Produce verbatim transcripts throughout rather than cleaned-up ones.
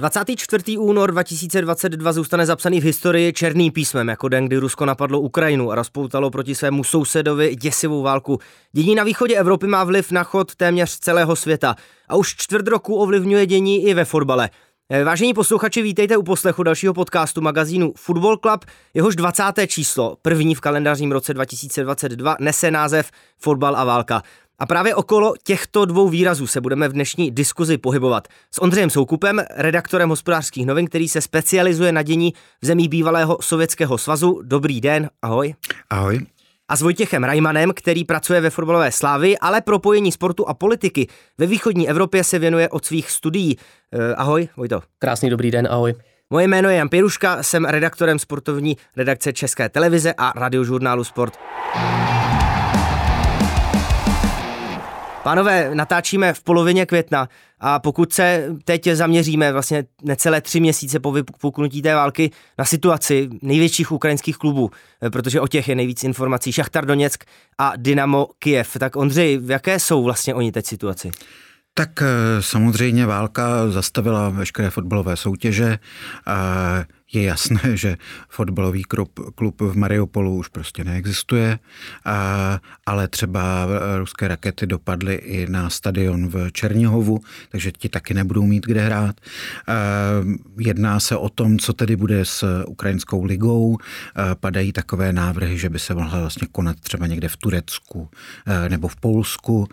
dvacátého čtvrtého února dva tisíce dvacet dva zůstane zapsaný v historii černým písmem, jako den, kdy Rusko napadlo Ukrajinu a rozpoutalo proti svému sousedovi děsivou válku. Dění na východě Evropy má vliv na chod téměř celého světa a už čtvrt roku ovlivňuje dění i ve fotbale. Vážení posluchači, vítejte u poslechu dalšího podcastu magazínu Football Club. Jehož dvacáté číslo, první v kalendářním roce dva tisíce dvacet dva, nese název Fotbal a válka. A právě okolo těchto dvou výrazů se budeme v dnešní diskuzi pohybovat. S Ondřejem Soukupem, redaktorem Hospodářských novin, který se specializuje na dění v zemích bývalého Sovětského svazu. Dobrý den, ahoj. Ahoj. A s Vojtěchem Rajmanem, který pracuje ve fotbalové Slavii, ale propojení sportu a politiky ve východní Evropě se věnuje od svých studií. Eh, ahoj, Vojto. Krásný dobrý den, ahoj. Moje jméno je Jan Pěruška, jsem redaktorem sportovní redakce České televize a radiožurnálu Sport. Pánové, natáčíme v polovině května a pokud se teď zaměříme vlastně necelé tři měsíce po vypuknutí té války na situaci největších ukrajinských klubů, protože o těch je nejvíc informací, Šachtar Doněck a Dynamo Kyjev. Tak Ondřej, v jaké jsou vlastně oni teď situaci? Tak samozřejmě válka zastavila veškeré fotbalové soutěže. Je jasné, že fotbalový klub, klub v Mariupolu už prostě neexistuje, ale třeba ruské rakety dopadly i na stadion v Černihovu, takže ti taky nebudou mít kde hrát. Jedná se o tom, co tedy bude s ukrajinskou ligou. Padají takové návrhy, že by se mohla vlastně konat třeba někde v Turecku nebo v Polsku.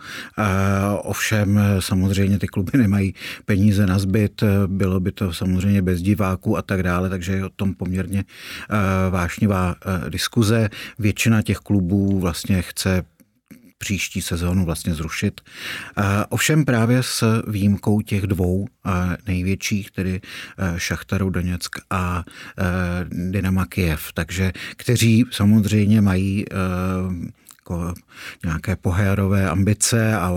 Ovšem samozřejmě ty kluby nemají peníze na zbyt, bylo by to samozřejmě bez diváků a tak dále, takže je o tom poměrně uh, vášnivá uh, diskuze. Většina těch klubů vlastně chce příští sezónu vlastně zrušit. Uh, ovšem právě s výjimkou těch dvou uh, největších, tedy uh, Šachtaru Doněck a uh, Dynama Kyjev, takže kteří samozřejmě mají uh, jako nějaké pohárové ambice a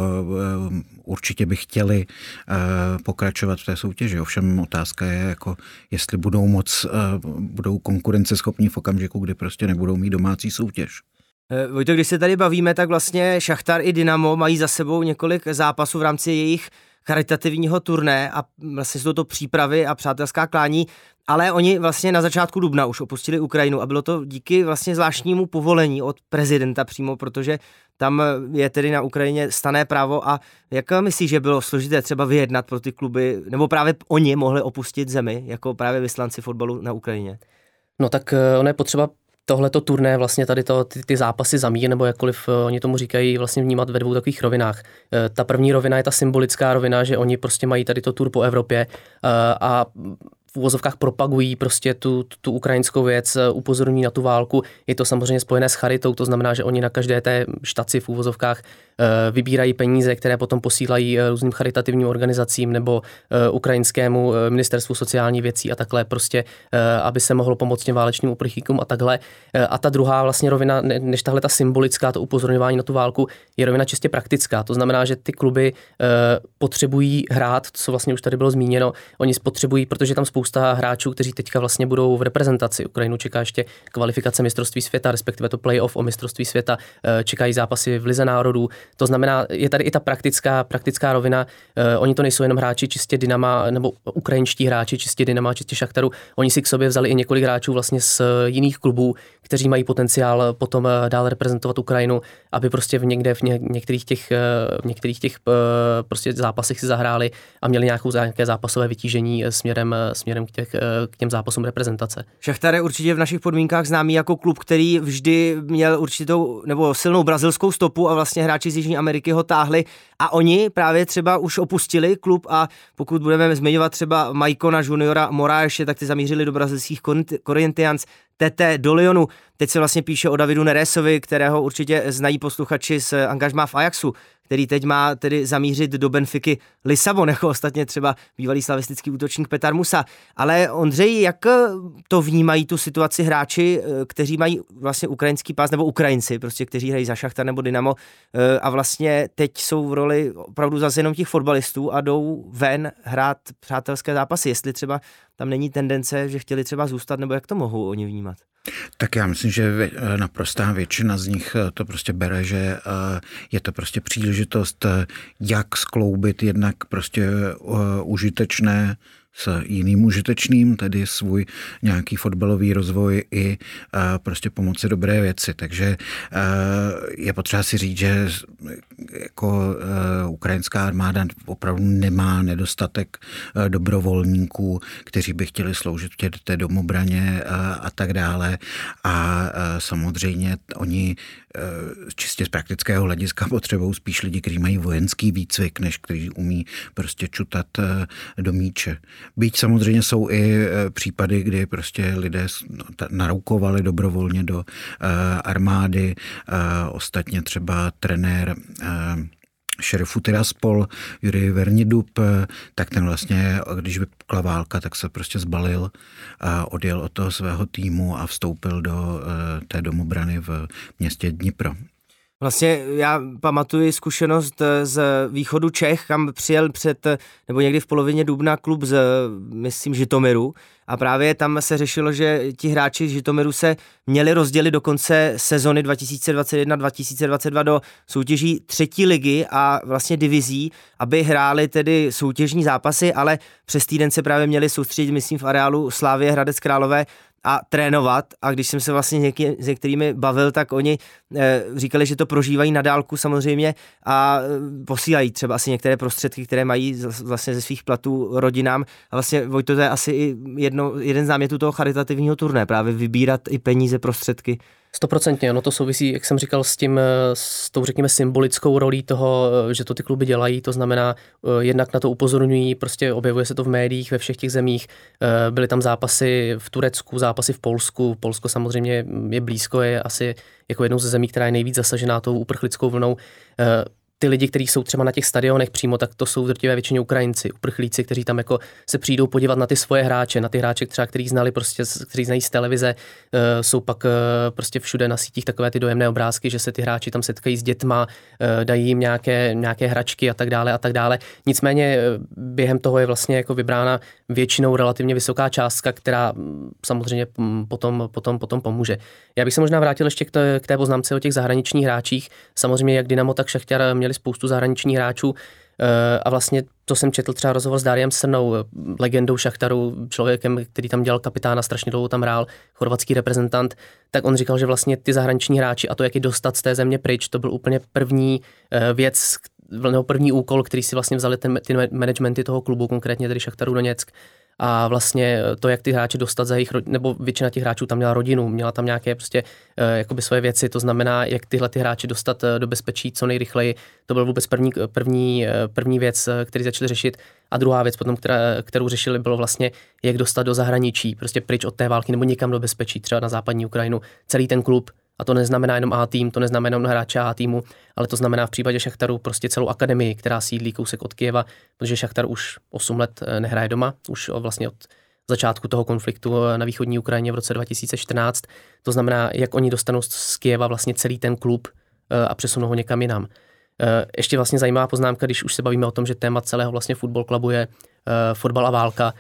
určitě by chtěli pokračovat v té soutěži. Ovšem otázka je, jako jestli budou moc, budou konkurenceschopní v okamžiku, kdy prostě nebudou mít domácí soutěž. Vojto, když se tady bavíme, tak vlastně Šachtar i Dynamo mají za sebou několik zápasů v rámci jejich charitativního turné a vlastně jsou to přípravy a přátelská klání, ale oni vlastně na začátku dubna už opustili Ukrajinu a bylo to díky vlastně zvláštnímu povolení od prezidenta přímo, protože tam je tedy na Ukrajině stanné právo. A jak myslíš, že bylo složité třeba vyjednat pro ty kluby, nebo právě oni mohli opustit zemi, jako právě vyslanci fotbalu na Ukrajině? No tak ono je potřeba tohleto turné, vlastně tady to, ty, ty zápasy za mír, nebo jakkoliv oni tomu říkají, vlastně vnímat ve dvou takových rovinách. Ta první rovina je ta symbolická rovina, že oni prostě mají tady to tur po Evropě a v uvozovkách propagují prostě tu, tu, tu ukrajinskou věc, upozorní na tu válku. Je to samozřejmě spojené s charitou, to znamená, že oni na každé té štaci v uvozovkách vybírají peníze, které potom posílají různým charitativním organizacím nebo ukrajinskému ministerstvu sociální věcí a takhle prostě, aby se mohlo pomoct těm válečným uprchlíkům a takhle. A ta druhá vlastně rovina, než tahle ta symbolická, to upozorňování na tu válku, je rovina čistě praktická. To znamená, že ty kluby potřebují hrát, co vlastně už tady bylo zmíněno, oni potřebují, protože tam spousta hráčů, kteří teďka vlastně budou v reprezentaci. Ukrajinu čeká ještě kvalifikace mistrovství světa, respektive to play-off o mistrovství světa, čekají zápasy v Lize národů. To znamená, je tady i ta praktická, praktická rovina. Oni to nejsou jenom hráči čistě Dynama, nebo ukrajinští hráči čistě Dynama, čistě Šachtaru. Oni si k sobě vzali i několik hráčů vlastně z jiných klubů, kteří mají potenciál potom dál reprezentovat Ukrajinu, aby prostě v někde v ně, některých těch, v některých těch prostě zápasech si zahráli a měli nějakou, nějaké zápasové vytížení směrem, směrem k, těch, k těm zápasům reprezentace. Šachtar je určitě v našich podmínkách známý jako klub, který vždy měl určitou nebo silnou brazilskou stopu a vlastně hráči z Jižní Ameriky ho táhli a oni právě třeba už opustili klub a pokud budeme zmiňovat třeba Maicona juniora Moraeše, tak ty zamířili do brazilských Corinthians, Tete do Lyonu. Teď se vlastně píše o Davidu Neresovi, kterého určitě znají posluchači z angažmá v Ajaxu, který teď má tedy zamířit do Benfiky Lisabon, jako ostatně třeba bývalý slavistický útočník Petar Musa. Ale Ondřej, jak to vnímají tu situaci hráči, kteří mají vlastně ukrajinský pás, nebo Ukrajinci, prostě, kteří hrají za Šachtar nebo Dynamo a vlastně teď jsou v roli opravdu zase jenom těch fotbalistů a jdou ven hrát přátelské zápasy, jestli třeba tam není tendence, že chtěli třeba zůstat, nebo jak to mohou oni vnímat? Tak já myslím, že naprostá většina z nich to prostě bere, že je to prostě příležitost, jak skloubit jednak prostě užitečné s jiným užitečným, tedy svůj nějaký fotbalový rozvoj i prostě pomoci dobré věci. Takže je potřeba si říct, že jako ukrajinská armáda opravdu nemá nedostatek dobrovolníků, kteří by chtěli sloužit v té domobraně a tak dále. A samozřejmě oni čistě z praktického hlediska potřebují spíš lidi, kteří mají vojenský výcvik, než kteří umí prostě čutat do míče. Byť samozřejmě jsou i případy, kdy prostě lidé narukovali dobrovolně do armády, ostatně třeba trenér šerifu Tiraspol, Jurij Vernidub, tak ten vlastně, když vypukla válka, tak se prostě zbalil a odjel od toho svého týmu a vstoupil do té domobrany v městě Dnipro. Vlastně já pamatuji zkušenost z východu Čech, kam přijel před, nebo někdy v polovině dubna klub z, myslím, Žitomiru. A právě tam se řešilo, že ti hráči z Žitomiru se měli rozdělit do konce sezony dva tisíce dvacet jedna dva tisíce dvacet dva do soutěží třetí ligy a vlastně divizí, aby hráli tedy soutěžní zápasy, ale přes týden se právě měli soustředit, myslím, v areálu Slavie Hradec Králové a trénovat. A když jsem se vlastně něký, s některými bavil, tak oni e, říkali, že to prožívají na dálku samozřejmě a e, posílají třeba asi některé prostředky, které mají z, vlastně ze svých platů rodinám. A vlastně, Vojto, to je asi i jedno, jeden z námětů toho charitativního turné, právě vybírat i peníze, prostředky. Stoprocentně, no to souvisí, jak jsem říkal, s tím, s tou, řekněme, symbolickou rolí toho, že to ty kluby dělají, to znamená, jednak na to upozorňují, prostě objevuje se to v médiích ve všech těch zemích, byly tam zápasy v Turecku, zápasy v Polsku, Polsko samozřejmě je blízko, je asi jako jednou ze zemí, která je nejvíc zasažená tou uprchlickou vlnou. Ty lidi, kteří jsou třeba na těch stadionech přímo, tak to jsou drtivé většině Ukrajinci, uprchlíci, kteří tam jako se přijdou podívat na ty svoje hráče, na ty hráče, třeba, který znali prostě, kteří znají z televize, uh, jsou pak uh, prostě všude na sítích takové ty dojemné obrázky, že se ty hráči tam setkají s dětma, uh, dají jim nějaké, nějaké hračky a tak dále a tak dále. Nicméně uh, během toho je vlastně jako vybrána většinou relativně vysoká částka, která um, samozřejmě um, potom, potom, potom pomůže. Já bych se možná vrátil ještě k té, k té poznámce o těch zahraničních hráčích. Samozřejmě jak Dynamo, tak Šachtar měli spoustu zahraničních hráčů a vlastně to jsem četl třeba rozhovor s Dariem Srnou, legendou Šachtaru, člověkem, který tam dělal kapitána, strašně dlouho tam hrál, chorvatský reprezentant, tak on říkal, že vlastně ty zahraniční hráči a to, jak je dostat z té země pryč, to byl úplně první věc, nebo první úkol, který si vlastně vzali ten, ty managementy toho klubu, konkrétně tedy Šachtaru Doněck. A vlastně to, jak ty hráči dostat za jejich, nebo většina těch hráčů tam měla rodinu, měla tam nějaké prostě uh, jakoby svoje věci, to znamená, jak tyhle ty hráči dostat uh, do bezpečí co nejrychleji. To byl vůbec první, první, uh, první věc, uh, který začali řešit. A druhá věc potom, která, kterou řešili, bylo vlastně, jak dostat do zahraničí, prostě pryč od té války nebo někam do bezpečí, třeba na západní Ukrajinu, celý ten klub. A to neznamená jenom A tým, to neznamená jenom hráče A týmu, ale to znamená v případě Šachtaru prostě celou akademii, která sídlí kousek od Kyjeva, protože Šachtar už osm let nehraje doma, už vlastně od začátku toho konfliktu na východní Ukrajině v roce dva tisíce čtrnáct. To znamená, jak oni dostanou z Kyjeva vlastně celý ten klub a přesunou ho někam jinam. Ještě vlastně zajímavá poznámka, když už se bavíme o tom, že téma celého vlastně fotbal klubu je fotbal a válka,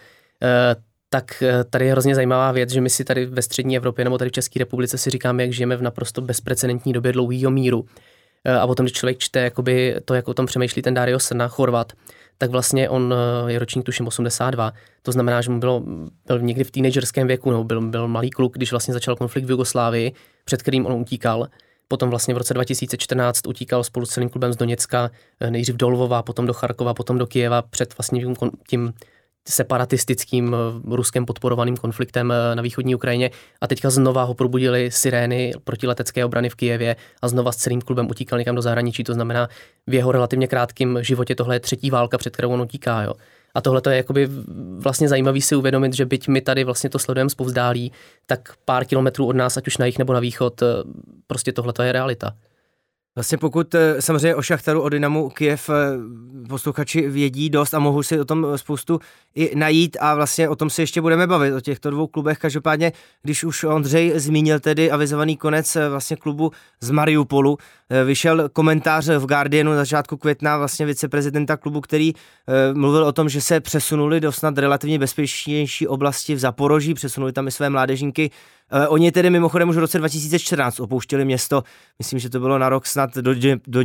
tak tady je hrozně zajímavá věc, že my si tady ve střední Evropě nebo tady v České republice si říkáme, jak žijeme v naprosto bezprecedentní době dlouhého míru. A potom, když člověk čte jakoby to, jak o tom přemýšlí ten Dario Srna, Chorvat, tak vlastně on je ročník tuším osmdesát dva. To znamená, že mu bylo, byl někdy v teenagerském věku, nebo byl, byl malý kluk, když vlastně začal konflikt v Jugoslávii, před kterým on utíkal. Potom vlastně v roce dva tisíce čtrnáct utíkal spolu s celým klubem z Doněcka, nejdřív do Lvova, potom do Charkova, potom do Kyjeva před vlastně tím, tím separatistickým ruskem podporovaným konfliktem na východní Ukrajině a teďka znova ho probudili sirény protiletecké obrany v Kyjevě a znova s celým klubem utíkal někam do zahraničí, to znamená v jeho relativně krátkém životě tohle je třetí válka, před kterou on utíká, jo. A tohle to je jakoby vlastně zajímavý si uvědomit, že byť my tady vlastně to sledujeme zpovzdálí, tak pár kilometrů od nás, ať už na jih nebo na východ, prostě tohle to je realita. Vlastně pokud samozřejmě o Šachtaru, o Dynamu Kyjev posluchači vědí dost a mohou si o tom spoustu i najít a vlastně o tom si ještě budeme bavit, o těchto dvou klubech. Každopádně, když už Ondřej zmínil tedy avizovaný konec vlastně klubu z Mariupolu, vyšel komentář v Guardianu na začátku května vlastně viceprezidenta klubu, který mluvil o tom, že se přesunuli do snad relativně bezpečnější oblasti v Zaporoží, přesunuli tam i své mládežníky. Oni tedy mimochodem už v roce dva tisíce čtrnáct opouštěli město, myslím, že to bylo na rok snad do, do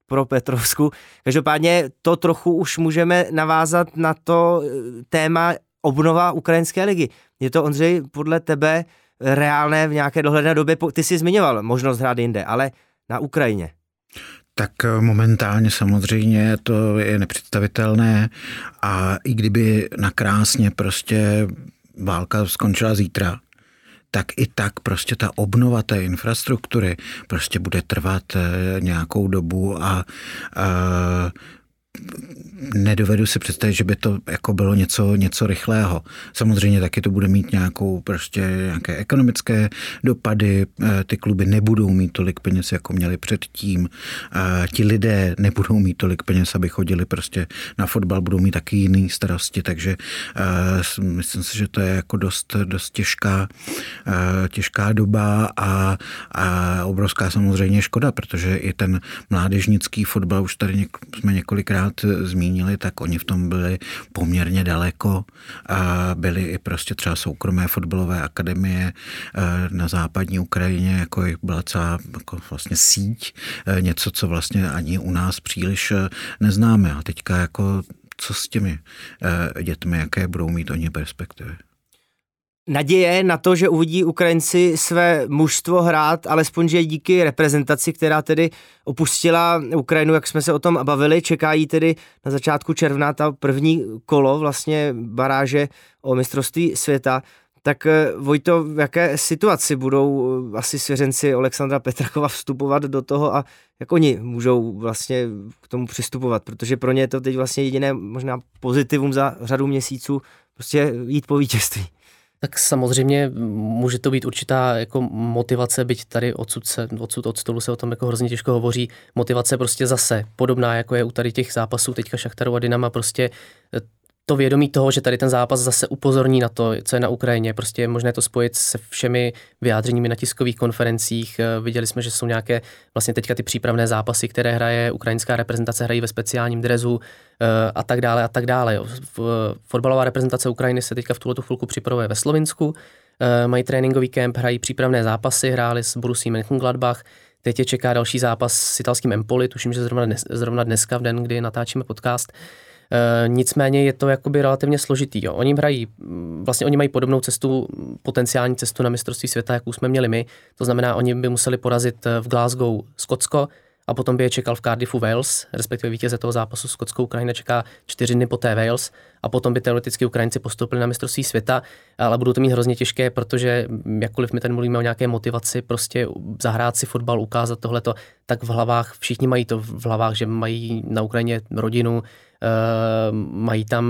Dněpropetrovsku. Každopádně to trochu už můžeme navázat na to téma obnova ukrajinské ligy. Je to, Ondřej, podle tebe reálné v nějaké dohledné době? Ty jsi zmiňoval možnost hrát jinde, ale na Ukrajině. Tak momentálně samozřejmě to je nepředstavitelné a i kdyby nakrásně prostě válka skončila zítra, tak i tak prostě ta obnova té infrastruktury prostě bude trvat nějakou dobu a, a nedovedu si představit, že by to jako bylo něco, něco rychlého. Samozřejmě taky to bude mít nějakou prostě nějaké ekonomické dopady, ty kluby nebudou mít tolik peněz, jako měli předtím, ti lidé nebudou mít tolik peněz, aby chodili prostě na fotbal, budou mít taky jiný starosti, takže myslím si, že to je jako dost, dost těžká, těžká doba a, a obrovská samozřejmě škoda, protože i ten mládežnický fotbal, už tady něk, jsme několikrát zmínili, tak oni v tom byli poměrně daleko a byly i prostě třeba soukromé fotbalové akademie na západní Ukrajině, jako byla celá jako vlastně síť, něco, co vlastně ani u nás příliš neznáme. A teďka jako co s těmi dětmi, jaké budou mít oni perspektivy? Naděje na to, že uvidí Ukrajinci své mužstvo hrát, alespoň že díky reprezentaci, která tedy opustila Ukrajinu, jak jsme se o tom bavili, čekají tedy na začátku června ta první kolo vlastně baráže o mistrovství světa. Tak Vojto, v jaké situaci budou asi svěřenci Alexandra Petrakova vstupovat do toho a jak oni můžou vlastně k tomu přistupovat, protože pro ně je to teď vlastně jediné možná pozitivum za řadu měsíců, prostě jít po vítězství. Tak samozřejmě může to být určitá jako motivace, byť tady odsud, se, odsud od stolu se o tom jako hrozně těžko hovoří, motivace prostě zase podobná, jako je u tady těch zápasů teďka Šachtaru a Dynama, prostě to vědomí toho, že tady ten zápas zase upozorní na to, co je na Ukrajině, prostě je možné to spojit se všemi vyjádřeními na tiskových konferencích. Viděli jsme, že jsou nějaké vlastně teďka ty přípravné zápasy, které hraje ukrajinská reprezentace, hrají ve speciálním drezu a tak dále a tak dále. Fotbalová reprezentace Ukrajiny se teďka v tuhletu chvilku připravuje ve Slovinsku, mají tréninkový kemp, hrají přípravné zápasy, hráli s Borussií Mönchengladbach. Teď je čeká další zápas s italským Empoli, tuším, že zrovna, dnes, zrovna dneska, v den, kdy natáčíme podcast. E, nicméně je to jakoby relativně složitý. Jo. Oni hrají, vlastně oni mají podobnou cestu, potenciální cestu na mistrovství světa, jakou jsme měli my. To znamená, oni by museli porazit v Glasgow Skotsko a potom by je čekal v Cardiffu Wales, respektive vítěze toho zápasu Skotskou Ukrajina čeká čtyři dny poté Wales a potom by teoreticky Ukrajinci postoupili na mistrovství světa, ale budou to mít hrozně těžké, protože jakkoliv my tady mluvíme o nějaké motivaci, prostě zahrát si fotbal, ukázat tohleto, tak v hlavách, všichni mají to v hlavách, že mají na Ukrajině rodinu, mají tam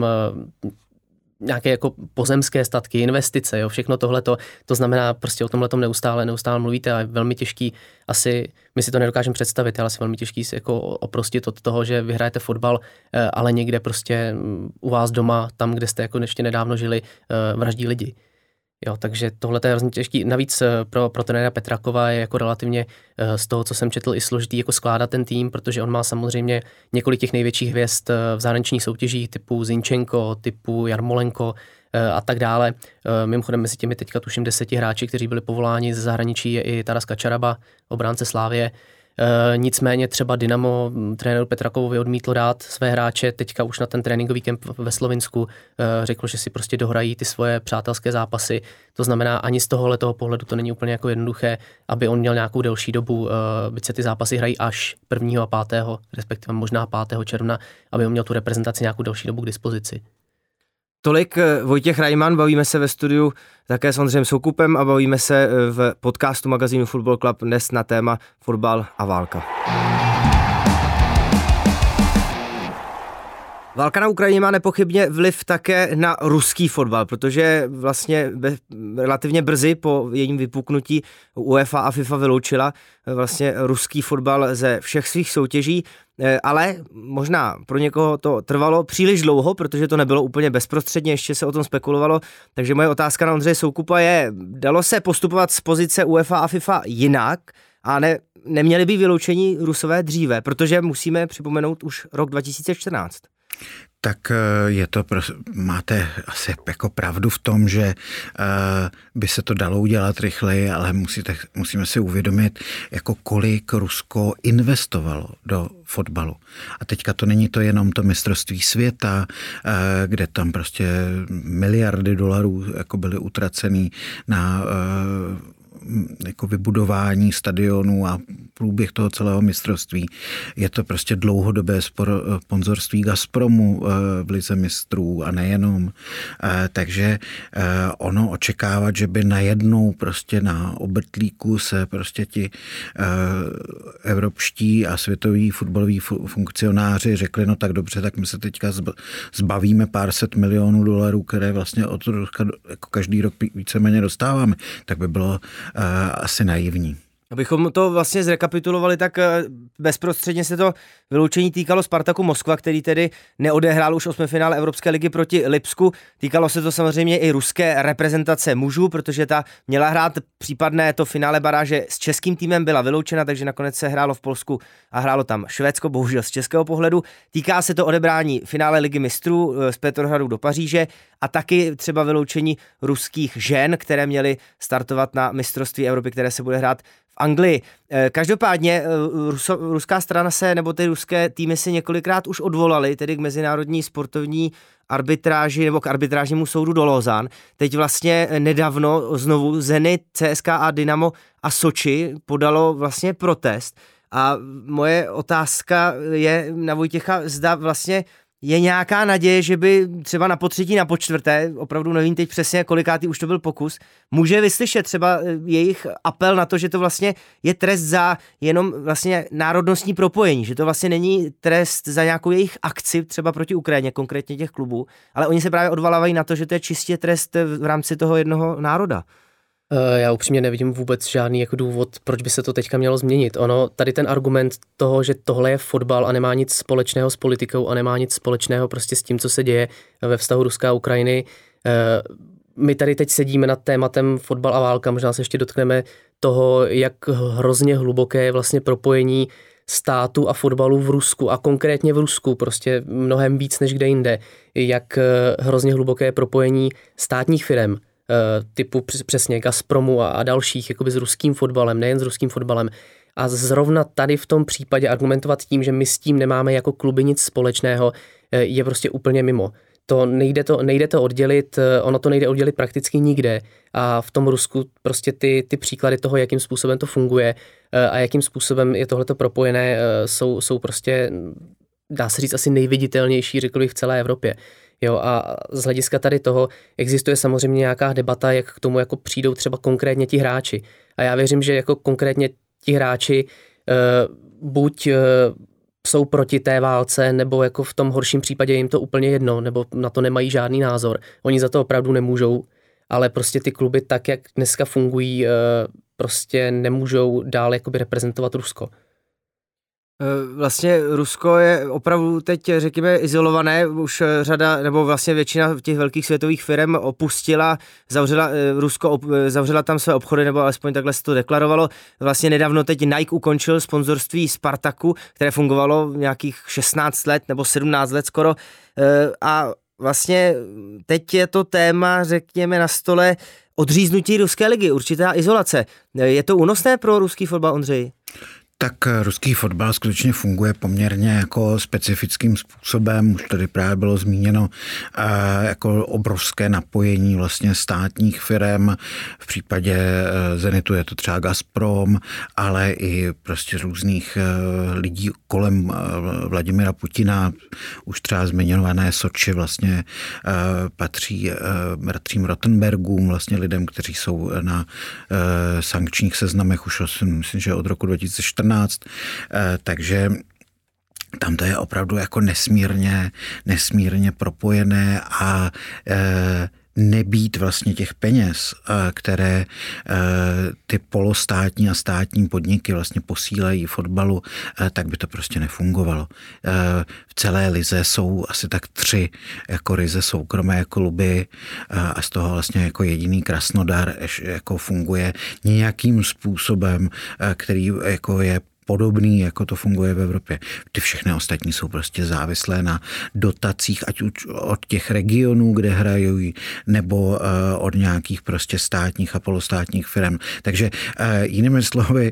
nějaké jako pozemské statky, investice, jo, všechno tohleto, to znamená prostě o tomhletom neustále, neustále mluvíte a je velmi těžký, asi my si to nedokážeme představit, ale asi velmi těžký si jako oprostit od toho, že vyhrajete fotbal, ale někde prostě u vás doma, tam, kde jste jako ještě nedávno žili, vraždí lidi. Jo, takže tohle je hrozně těžký. Navíc pro, pro trenéra Petrakova je jako relativně z toho, co jsem četl, i složitý jako skládat ten tým, protože on má samozřejmě několik těch největších hvězd v zahraničních soutěžích typu Zinchenko, typu Jarmolenko a tak dále. Mimochodem mezi těmi teďka tuším deseti hráči, kteří byli povoláni ze zahraničí, je i Taras Kačaraba, obránce Slávie. E, nicméně třeba Dynamo trenéru Petrakovovi odmítl dát své hráče teďka už na ten tréninkový kemp ve Slovinsku. E, řekl, že si prostě dohrají ty svoje přátelské zápasy. To znamená, ani z tohohle toho pohledu to není úplně jako jednoduché, aby on měl nějakou delší dobu, e, byť se ty zápasy hrají až prvního a pátého, respektive možná pátého června, aby on měl tu reprezentaci nějakou delší dobu k dispozici. Tolik Vojtěch Rajman, bavíme se ve studiu také s Ondřejem Soukupem a bavíme se v podcastu magazínu Football Club dnes na téma fotbal a válka. Válka na Ukrajině má nepochybně vliv také na ruský fotbal, protože vlastně relativně brzy po jejím vypuknutí UEFA a FIFA vyloučila vlastně ruský fotbal ze všech svých soutěží, ale možná pro někoho to trvalo příliš dlouho, protože to nebylo úplně bezprostředně, ještě se o tom spekulovalo, takže moje otázka na Ondřeje Soukupa je, dalo se postupovat z pozice UEFA a FIFA jinak a ne, neměli by vyloučení Rusové dříve, protože musíme připomenout už rok dva tisíce čtrnáct. Tak je to, máte asi jako pravdu v tom, že by se to dalo udělat rychleji, ale musíte, musíme si uvědomit, jako kolik Rusko investovalo do fotbalu. A teďka to není to jenom to mistrovství světa, kde tam prostě miliardy dolarů jako byly utracený na jako vybudování stadionů a průběh toho celého mistrovství. Je to prostě dlouhodobé sponzorství Gazpromu v lize mistrů a nejenom. Takže ono očekávat, že by najednou prostě na obrtlíku se prostě ti evropští a světoví fotbaloví funkcionáři řekli, no tak dobře, tak my se teďka zbavíme pár set milionů dolarů, které vlastně od Ruska jako každý rok víceméně dostáváme, tak by bylo asi naivní. Abychom to vlastně zrekapitulovali, tak bezprostředně se to vyloučení týkalo Spartaku Moskva, který tedy neodehrál už osmifinále Evropské ligy proti Lipsku. Týkalo se to samozřejmě i ruské reprezentace mužů, protože ta měla hrát případné to finále baráže s českým týmem, byla vyloučena, takže nakonec se hrálo v Polsku a hrálo tam Švédsko, bohužel z českého pohledu. Týká se to odebrání finále ligy mistrů z Petrohradu do Paříže a taky třeba vyloučení ruských žen, které měly startovat na mistrovství Evropy, které se bude hrát Anglii. Každopádně Ruso, ruská strana se, nebo ty ruské týmy si několikrát už odvolali, tedy k mezinárodní sportovní arbitráži nebo k arbitrážnímu soudu do Lausanne. Teď vlastně nedávno znovu Zenit, C S K A, Dynamo a Soči podalo vlastně protest. A moje otázka je na Vojtěcha, zda vlastně je nějaká naděje, že by třeba na potřetí, na počtvrté, opravdu nevím teď přesně, kolikátý už to byl pokus, může vyslyšet třeba jejich apel na to, že to vlastně je trest za jenom vlastně národnostní propojení, že to vlastně není trest za nějakou jejich akci třeba proti Ukrajině, konkrétně těch klubů, ale oni se právě odvolávají na to, že to je čistě trest v rámci toho jednoho národa. Já upřímně nevidím vůbec žádný jako důvod, proč by se to teďka mělo změnit. Ono, tady ten argument toho, že tohle je fotbal a nemá nic společného s politikou a nemá nic společného prostě s tím, co se děje ve vztahu Ruska a Ukrajiny. My tady teď sedíme nad tématem fotbal a válka, možná se ještě dotkneme toho, jak hrozně hluboké je vlastně propojení státu a fotbalu v Rusku a konkrétně v Rusku, prostě mnohem víc než kde jinde. Jak hrozně hluboké je propojení státních firem, typu přesně Gazpromu a dalších, jakoby s ruským fotbalem, nejen s ruským fotbalem. A zrovna tady v tom případě argumentovat tím, že my s tím nemáme jako kluby nic společného, je prostě úplně mimo. To nejde to, nejde to oddělit, ono to nejde oddělit prakticky nikde. A v tom Rusku prostě ty, ty příklady toho, jakým způsobem to funguje a jakým způsobem je tohleto propojené, jsou, jsou prostě, dá se říct, asi nejviditelnější, řekl bych, v celé Evropě. Jo, a z hlediska tady toho existuje samozřejmě nějaká debata, jak k tomu jako přijdou třeba konkrétně ti hráči. A já věřím, že jako konkrétně ti hráči uh, buď uh, jsou proti té válce, nebo jako v tom horším případě jim to úplně jedno, nebo na to nemají žádný názor. Oni za to opravdu nemůžou, ale prostě ty kluby tak, jak dneska fungují, uh, prostě nemůžou dál jakoby reprezentovat Rusko. Vlastně Rusko je opravdu teď, řekněme, izolované, už řada, nebo vlastně většina těch velkých světových firm opustila, zavřela, Rusko zavřela tam své obchody, nebo alespoň takhle se to deklarovalo. Vlastně nedávno teď Nike ukončil sponzorství Spartaku, které fungovalo nějakých šestnáct let, nebo sedmnáct let skoro, a vlastně teď je to téma, řekněme, na stole odříznutí ruské ligy, určitá izolace. Je to únosné pro ruský fotbal, Ondřej? Tak ruský fotbal skutečně funguje poměrně jako specifickým způsobem. Už tady právě bylo zmíněno jako obrovské napojení vlastně státních firem. V případě Zenitu je to třeba Gazprom, ale i prostě různých lidí kolem Vladimira Putina. Už třeba zmiňované Soči vlastně patří bratřím Rottenbergům, vlastně lidem, kteří jsou na sankčních seznamech už myslím, že od roku dva tisíce čtrnáct. Takže tam to je opravdu jako nesmírně, nesmírně propojené a nebýt vlastně těch peněz, které ty polostátní a státní podniky vlastně posílají fotbalu, tak by to prostě nefungovalo. V celé lize jsou asi tak tři jako ryze soukromé kluby a z toho vlastně jako jediný Krasnodar jako funguje nějakým způsobem, který jako je podobný, jako to funguje v Evropě. Ty všechny ostatní jsou prostě závislé na dotacích, ať už od těch regionů, kde hrají, nebo od nějakých prostě státních a polostátních firm. Takže jinými slovy,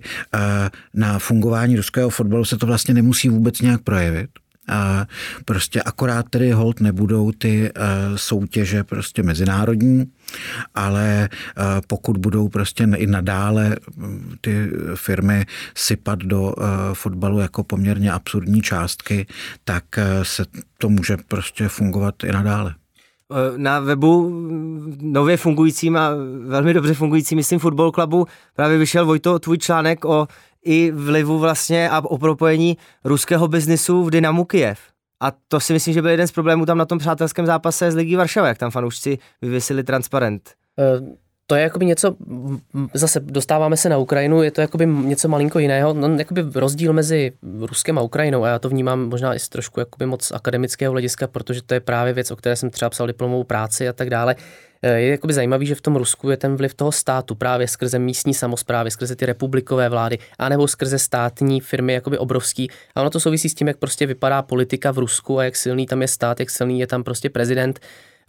na fungování ruského fotbalu se to vlastně nemusí vůbec nějak projevit. A prostě akorát tedy hold nebudou ty uh, soutěže prostě mezinárodní, ale uh, pokud budou prostě i nadále ty firmy sypat do uh, fotbalu jako poměrně absurdní částky, tak uh, se to může prostě fungovat i nadále. Na webu nově fungujícím a velmi dobře fungujícím, myslím, Football Clubu právě vyšel, Vojto, tvůj článek o i vlivu vlastně a o propojení ruského biznisu v Dynamu Kyjev. A to si myslím, že byl jeden z problémů tam na tom přátelském zápase z Ligy Varšava, jak tam fanoušci vyvěsili transparent. Uh. To je jakoby něco, zase dostáváme se na Ukrajinu, je to jakoby něco malinko jiného, no, jakoby rozdíl mezi Ruskem a Ukrajinou a já to vnímám možná i z trošku jakoby moc akademického hlediska, protože to je právě věc, o které jsem třeba psal diplomovou práci a tak dále. Je jakoby zajímavý, že v tom Rusku je ten vliv toho státu právě skrze místní samosprávy, skrze ty republikové vlády, anebo skrze státní firmy jakoby obrovský. A ono to souvisí s tím, jak prostě vypadá politika v Rusku a jak silný tam je stát, jak silný je tam prostě prezident.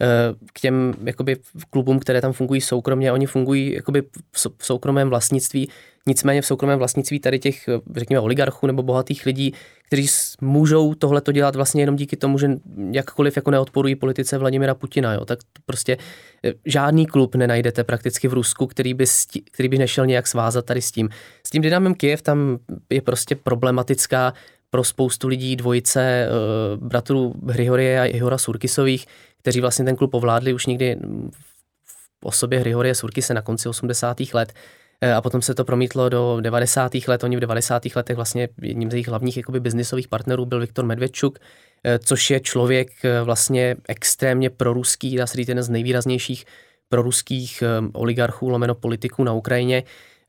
K těm jakoby klubům, které tam fungují soukromně, oni fungují jakoby v soukromém vlastnictví, nicméně v soukromém vlastnictví tady těch, řekněme, oligarchů nebo bohatých lidí, kteří můžou tohleto dělat vlastně jenom díky tomu, že jakkoliv jako neodporují politice Vladimira Putina, jo, tak prostě žádný klub nenajdete prakticky v Rusku, který by, sti, který by nešel nějak svázat tady s tím. S tím Dynamem Kyjev tam je prostě problematická pro spoustu lidí dvojice uh, bratrů Hrihorie a Ihora Surkisových, kteří vlastně ten klub ovládli už někdy v osobě Hrihorie Surkise na konci osmdesátých let a potom se to promítlo do devadesátých let. Oni v devadesátých letech vlastně jedním z jejich hlavních jakoby biznisových partnerů byl Viktor Medvedčuk, což je člověk vlastně extrémně proruský, dá se říct jeden z nejvýraznějších proruských oligarchů lomeno politiků na Ukrajině.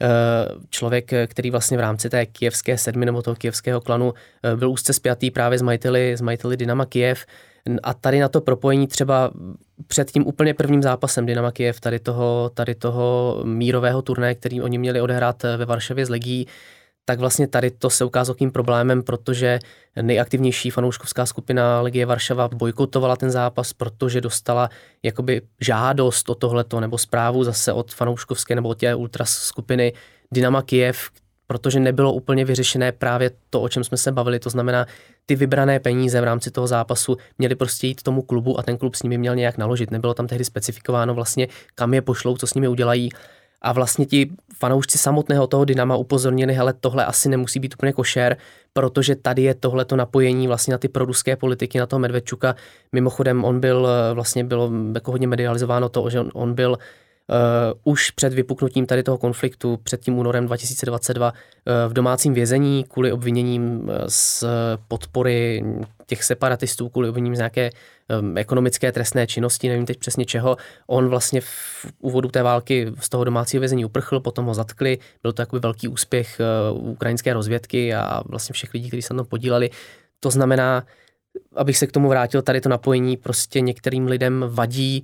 Člověk, který vlastně v rámci té kyjevské sedmi nebo toho kyjevského klanu byl úzce spjatý právě s majiteli, s majiteli Dynama Kyjev. A tady na to propojení třeba před tím úplně prvním zápasem Dynama Kyjev, tady toho, tady toho mírového turnaje, který oni měli odehrát ve Varšavě s Legií, tak vlastně tady to se ukázalo tím problémem, protože nejaktivnější fanouškovská skupina Legie Varšava bojkotovala ten zápas, protože dostala jakoby žádost o tohleto nebo zprávu zase od fanouškovské nebo od té ultras skupiny Dynama Kyjev, protože nebylo úplně vyřešené právě to, o čem jsme se bavili, to znamená ty vybrané peníze v rámci toho zápasu měly prostě jít tomu klubu a ten klub s nimi měl nějak naložit. Nebylo tam tehdy specifikováno vlastně, kam je pošlou, co s nimi udělají. A vlastně ti fanoušci samotného toho Dynama upozornili, hele, tohle asi nemusí být úplně košer, protože tady je tohleto napojení vlastně na ty proruské politiky, na toho Medvedčuka. Mimochodem, on byl, vlastně bylo jako hodně medializováno to, že on, on byl Uh, už před vypuknutím tady toho konfliktu, před tím únorem dva tisíce dvacet dva, uh, v domácím vězení kvůli obviněním z podpory těch separatistů, kvůli obviněním z nějaké um, ekonomické trestné činnosti, nevím teď přesně čeho. On vlastně v úvodu té války z toho domácího vězení uprchl, potom ho zatkli. Byl to jakoby velký úspěch uh, ukrajinské rozvědky a vlastně všech lidí, kteří se na tom podíleli. To znamená, abych se k tomu vrátil, tady to napojení prostě některým lidem vadí.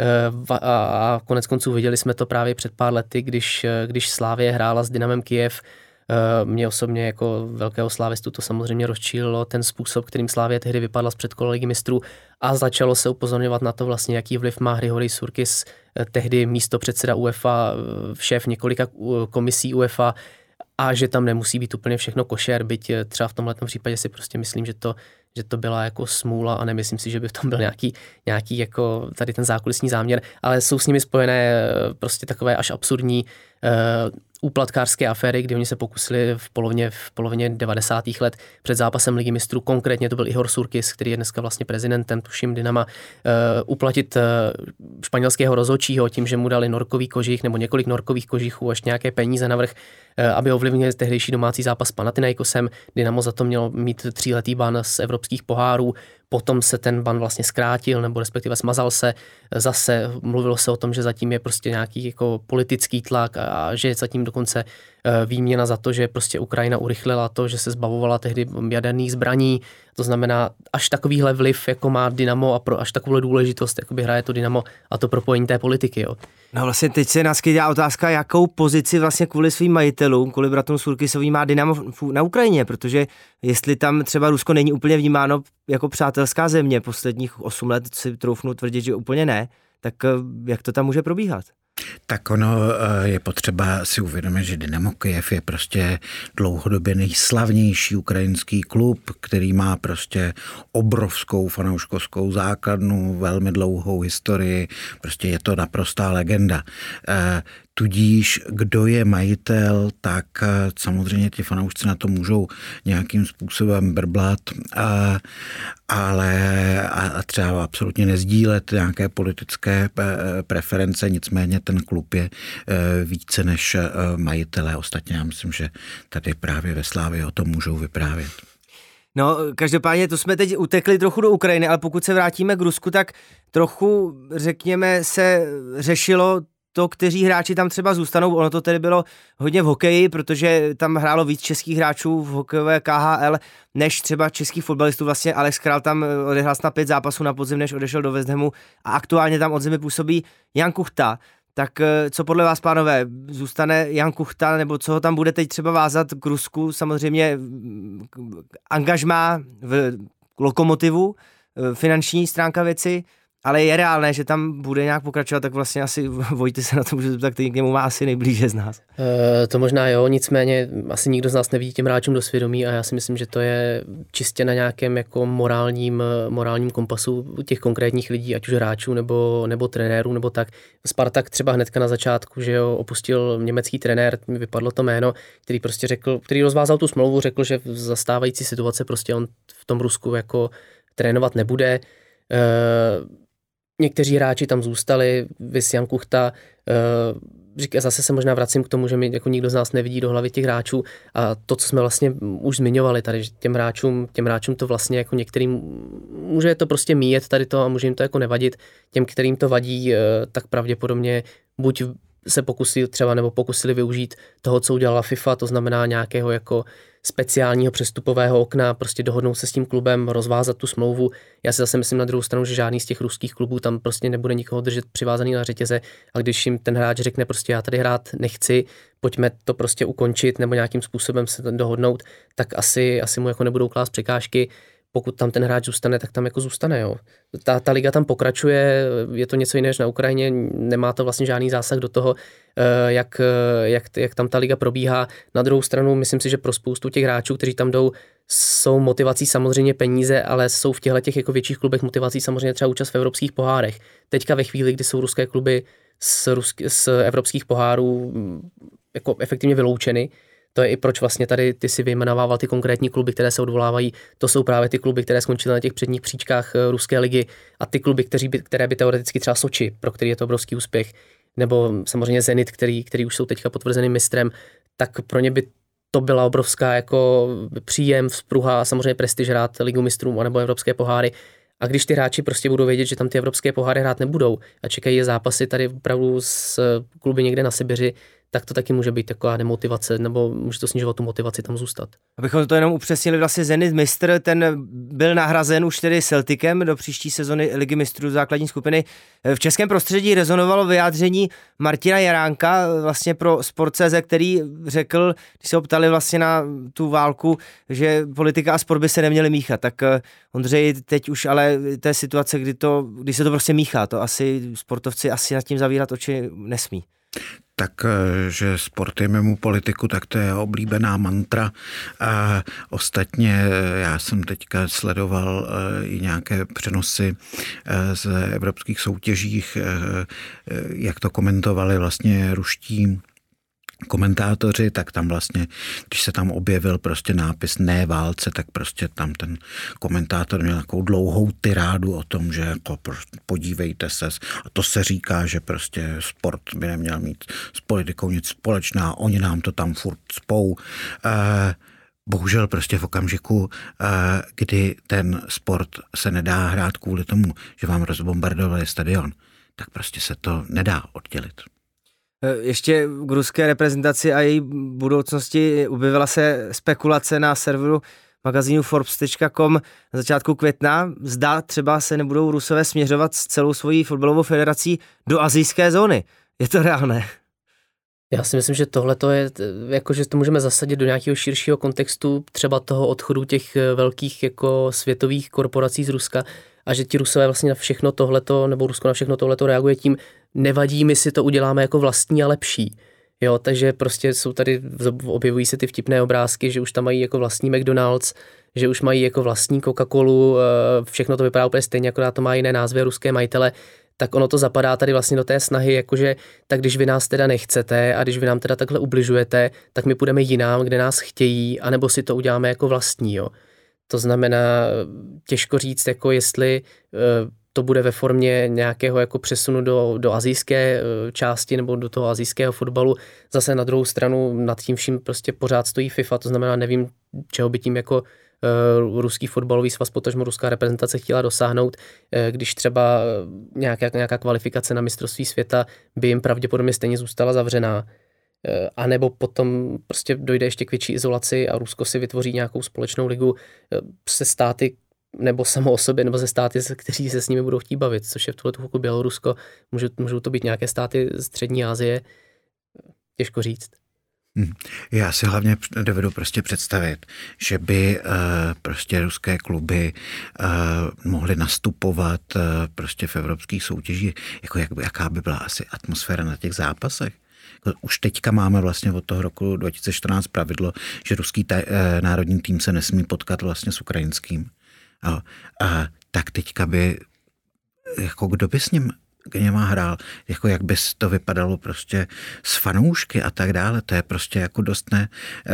A konec konců viděli jsme to právě před pár lety, když, když Slavie hrála s Dynamem Kyjev. Mě osobně jako velkého slávistu to samozřejmě rozčílilo ten způsob, kterým Slavie tehdy vypadla z předkola Ligy mistrů a začalo se upozorňovat na to vlastně, jaký vliv má Hrihorij Surkis, tehdy místopředseda UEFA, šéf několika komisí UEFA, a že tam nemusí být úplně všechno košer, byť třeba v tomhletom případě si prostě myslím, že to, že to byla jako smůla a nemyslím si, že by v tom byl nějaký, nějaký jako tady ten zákulisní záměr, ale jsou s nimi spojené prostě takové až absurdní uh, úplatkářské aféry, kdy oni se pokusili v polovině, v polovině devadesátých let před zápasem Ligy mistrů, konkrétně to byl Ihor Surkis, který je dneska vlastně prezidentem, tuším, Dynama, uh, uplatit uh, španělského rozhodčího tím, že mu dali norkový kožich nebo několik norkových kožichů, až nějaké peníze navrch, uh, aby ovlivnili tehdejší domácí zápas s Panathinaikosem. Dynamo za to mělo mít tříletý ban z evropských pohárů. Potom se ten ban vlastně zkrátil, nebo respektive smazal se. Zase mluvilo se o tom, že zatím je prostě nějaký jako politický tlak a že je zatím dokonce výměna za to, že prostě Ukrajina urychlila to, že se zbavovala tehdy jaderných zbraní. To znamená, až takovýhle vliv, jako má Dynamo a pro až takovou důležitost, jakoby hraje to Dynamo a to propojení té politiky. Jo. No vlastně teď se naskytá otázka, jakou pozici vlastně kvůli svým majitelům, kvůli bratrům Surkisovým má Dynamo na Ukrajině, protože jestli tam třeba Rusko není úplně vnímáno jako přátelská země posledních osm let, si troufnu tvrdit, že úplně ne, tak jak to tam může probíhat? Tak ono je potřeba si uvědomit, že Dynamo Kyjev je prostě dlouhodobě nejslavnější ukrajinský klub, který má prostě obrovskou fanouškovskou základnu, velmi dlouhou historii, prostě je to naprostá legenda. Tudíž, kdo je majitel, tak samozřejmě ti fanoušci na to můžou nějakým způsobem brblat, a, ale a třeba absolutně nezdílet nějaké politické preference, nicméně ten klub je více než majitelé. Ostatně já myslím, že tady právě ve Slávii o tom můžou vyprávět. No, každopádně to jsme teď utekli trochu do Ukrajiny, ale pokud se vrátíme k Rusku, tak trochu, řekněme, se řešilo to, kteří hráči tam třeba zůstanou. Ono to tedy bylo hodně v hokeji, protože tam hrálo víc českých hráčů v hokejové K H L, než třeba českých fotbalistů. Vlastně Alex Král tam odehrál snad pět zápasů na podzim, než odešel do West Hamu a aktuálně tam od zimy působí Jan Kuchta. Tak co podle vás, pánové, zůstane Jan Kuchta, nebo co ho tam bude teď třeba vázat k Rusku? Samozřejmě angažmá v Lokomotivu, finanční stránka věci, ale je reálné, že tam bude nějak pokračovat, tak vlastně asi Vojty se na to může zeptat, který k němu má asi nejblíže z nás. E, to možná jo, nicméně asi nikdo z nás nevidí těm hráčům do svědomí a já si myslím, že to je čistě na nějakém jako morálním, morálním kompasu těch konkrétních lidí, ať už hráčů nebo, nebo trenérů, nebo tak. Spartak třeba hnedka na začátku, že jo, opustil německý trenér, mi vypadlo to jméno, který prostě řekl, který rozvázal tu smlouvu, řekl, že v zastávající situace prostě on v tom Rusku jako trénovat nebude. E, Někteří hráči tam zůstali, vys Jan Kuchta, říká, zase se možná vracím k tomu, že mi jako nikdo z nás nevidí do hlavy těch hráčů a to, co jsme vlastně už zmiňovali tady, že těm hráčům, těm hráčům to vlastně jako některým, může to prostě míjet tady to a může jim to jako nevadit, těm, kterým to vadí, tak pravděpodobně buď se pokusili třeba nebo pokusili využít toho, co udělala FIFA, to znamená nějakého jako speciálního přestupového okna, prostě dohodnout se s tím klubem, rozvázat tu smlouvu. Já si zase myslím na druhou stranu, že žádný z těch ruských klubů tam prostě nebude nikoho držet přivázaný na řetěze a když jim ten hráč řekne prostě já tady hrát nechci, pojďme to prostě ukončit nebo nějakým způsobem se dohodnout, tak asi, asi mu jako nebudou klást překážky. Pokud tam ten hráč zůstane, tak tam jako zůstane. Jo. Ta, ta liga tam pokračuje, je to něco jiného než na Ukrajině, nemá to vlastně žádný zásah do toho, jak, jak, jak tam ta liga probíhá. Na druhou stranu myslím si, že pro spoustu těch hráčů, kteří tam jdou, jsou motivací samozřejmě peníze, ale jsou v těchto těch jako větších klubech motivací samozřejmě třeba účast v evropských pohárech. Teďka ve chvíli, kdy jsou ruské kluby z, rusk, z evropských pohárů jako efektivně vyloučeny, to je i proč vlastně tady ty si vyjmenovával ty konkrétní kluby, které se odvolávají. To jsou právě ty kluby, které skončily na těch předních příčkách ruské ligy a ty kluby, kteří by, které by teoreticky třeba Soči, pro který je to obrovský úspěch, nebo samozřejmě Zenit, který, který už jsou teďka potvrzeným mistrem, tak pro ně by to byla obrovská jako příjem, vzpruha a samozřejmě prestiž hrát Ligu mistrů nebo evropské poháry. A když ty hráči prostě budou vědět, že tam ty evropské poháry hrát nebudou a čekají je zápasy tady opravdu s kluby někde na Sibiři, tak to taky může být taková demotivace, nebo může to snižovat tu motivaci tam zůstat. Abychom to jenom upřesnili, vlastně Zenit mistr, ten byl nahrazen už tedy Celticem do příští sezony Ligy mistrů základní skupiny. V českém prostředí rezonovalo vyjádření Martina Jaránka vlastně pro Sport tečka cé zet, který řekl, když se ho ptali vlastně na tu válku, že politika a sport by se neměly míchat. Tak Ondřej, teď už ale té situace, kdy, to, kdy se to prostě míchá, to asi sportovci asi nad tím zavírat oči nesmí. Tak, že sport je mimo politiku, tak to je oblíbená mantra. A ostatně já jsem teďka sledoval i nějaké přenosy z evropských soutěžích, jak to komentovali vlastně ruští komentátoři, tak tam vlastně, když se tam objevil prostě nápis ne válce, tak prostě tam ten komentátor měl takovou dlouhou tirádu o tom, že jako podívejte se, a to se říká, že prostě sport by neměl mít s politikou nic společná, oni nám to tam furt spou. Eh, bohužel prostě v okamžiku, eh, kdy ten sport se nedá hrát kvůli tomu, že vám rozbombardovali stadion, tak prostě se to nedá oddělit. Ještě k ruské reprezentaci a její budoucnosti objevila se spekulace na serveru magazínu Forbes tečka com na začátku května, zda třeba se nebudou Rusové směřovat s celou svojí fotbalovou federací do asijské zóny. Je to reálné? Já si myslím, že tohle to je, jako, že to můžeme zasadit do nějakého širšího kontextu třeba toho odchodu těch velkých jako světových korporací z Ruska a že ti Rusové vlastně na všechno tohleto, nebo Rusko na všechno tohleto reaguje tím, nevadí, my si to uděláme jako vlastní a lepší. Jo, takže prostě jsou tady, objevují se ty vtipné obrázky, že už tam mají jako vlastní McDonald's, že už mají jako vlastní Coca-Colu, všechno to vypadá úplně stejně, akorát to má jiné názvy, ruské majitele, tak ono to zapadá tady vlastně do té snahy, jakože tak když vy nás teda nechcete a když vy nám teda takhle ubližujete, tak my půjdeme jinam, kde nás chtějí, anebo si to uděláme jako vlastní, jo. To znamená, těžko říct, jako jestli to bude ve formě nějakého jako přesunu do, do asijské části nebo do toho asijského fotbalu. Zase na druhou stranu nad tím vším prostě pořád stojí FIFA, to znamená, nevím, čeho by tím jako uh, ruský fotbalový svaz, potažmo ruská reprezentace chtěla dosáhnout, uh, když třeba nějaká, nějaká kvalifikace na mistrovství světa by jim pravděpodobně stejně zůstala zavřená. Uh, a nebo potom prostě dojde ještě k větší izolaci a Rusko si vytvoří nějakou společnou ligu uh, se státy, nebo samo o sobě, nebo ze státy, kteří se s nimi budou chtít bavit, což je v tuhle chvilku Bělorusko, můžou, můžou to být nějaké státy z střední Asie, těžko říct. Já si hlavně dovedu prostě představit, že by uh, prostě ruské kluby uh, mohly nastupovat uh, prostě v evropských soutěžích, jako jak, jaká by byla asi atmosféra na těch zápasech. Už teďka máme vlastně od toho roku dva tisíce čtrnáct pravidlo, že ruský taj, uh, národní tým se nesmí potkat vlastně s ukrajinským. A, a tak teďka by, jako kdo by s ním k něma hrál, jako jak by to vypadalo prostě s fanoušky a tak dále, to je prostě jako dost ne,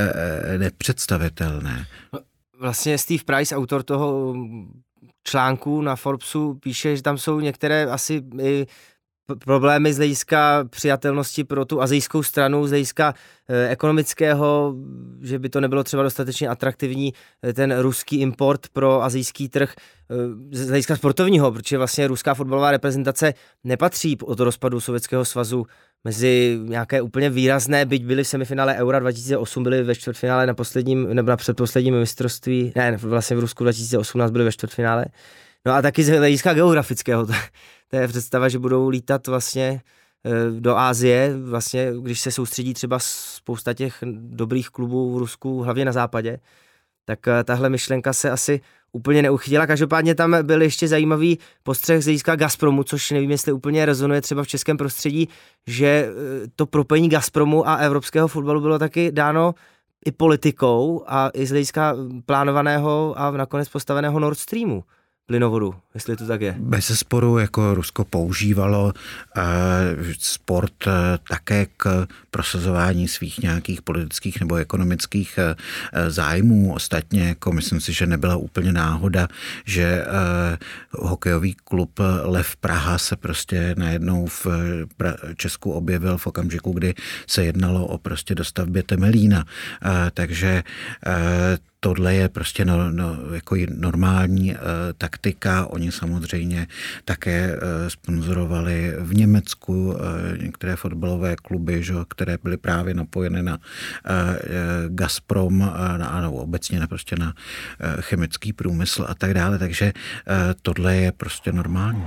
nepředstavitelné. Vlastně Steve Price, autor toho článku na Forbesu, píše, že tam jsou některé asi i problémy z hlediska přijatelnosti pro tu asijskou stranu, z hlediska eh, ekonomického, že by to nebylo třeba dostatečně atraktivní, eh, ten ruský import pro asijský trh, eh, z hlediska sportovního, protože vlastně ruská fotbalová reprezentace nepatří od rozpadu Sovětského svazu mezi nějaké úplně výrazné, byť byli v semifinále Eura dva tisíce osm, byli ve čtvrtfinále na posledním, nebo na předposledním mistrovství, ne, vlastně v Rusku dva tisíce osmnáct byli ve čtvrtfinále. No a taky z hlediska geografického. To je představa, že budou lítat vlastně do Asie, vlastně, když se soustředí třeba spousta těch dobrých klubů v Rusku, hlavně na západě, tak tahle myšlenka se asi úplně neuchytila. Každopádně tam byl ještě zajímavý postřeh z hlediska Gazpromu, což nevím, jestli úplně rezonuje třeba v českém prostředí, že to propojení Gazpromu a evropského fotbalu bylo taky dáno i politikou a i z hlediska plánovaného a nakonec postaveného Nord Streamu. Plynovodu, jestli to tak je. Bez sporu jako Rusko používalo uh, sport uh, také k prosazování svých nějakých politických nebo ekonomických uh, zájmů. Ostatně jako myslím si, že nebyla úplně náhoda, že uh, hokejový klub Lev Praha se prostě najednou v pra- Česku objevil v okamžiku, kdy se jednalo o prostě dostavbě Temelína. Uh, takže uh, tohle je prostě no, no, jako normální uh, taktika. Oni samozřejmě také uh, sponzorovali v Německu uh, některé fotbalové kluby, že, které byly právě napojeny na uh, Gazprom uh, a no, obecně na, prostě na uh, chemický průmysl a tak dále. Takže uh, tohle je prostě normální.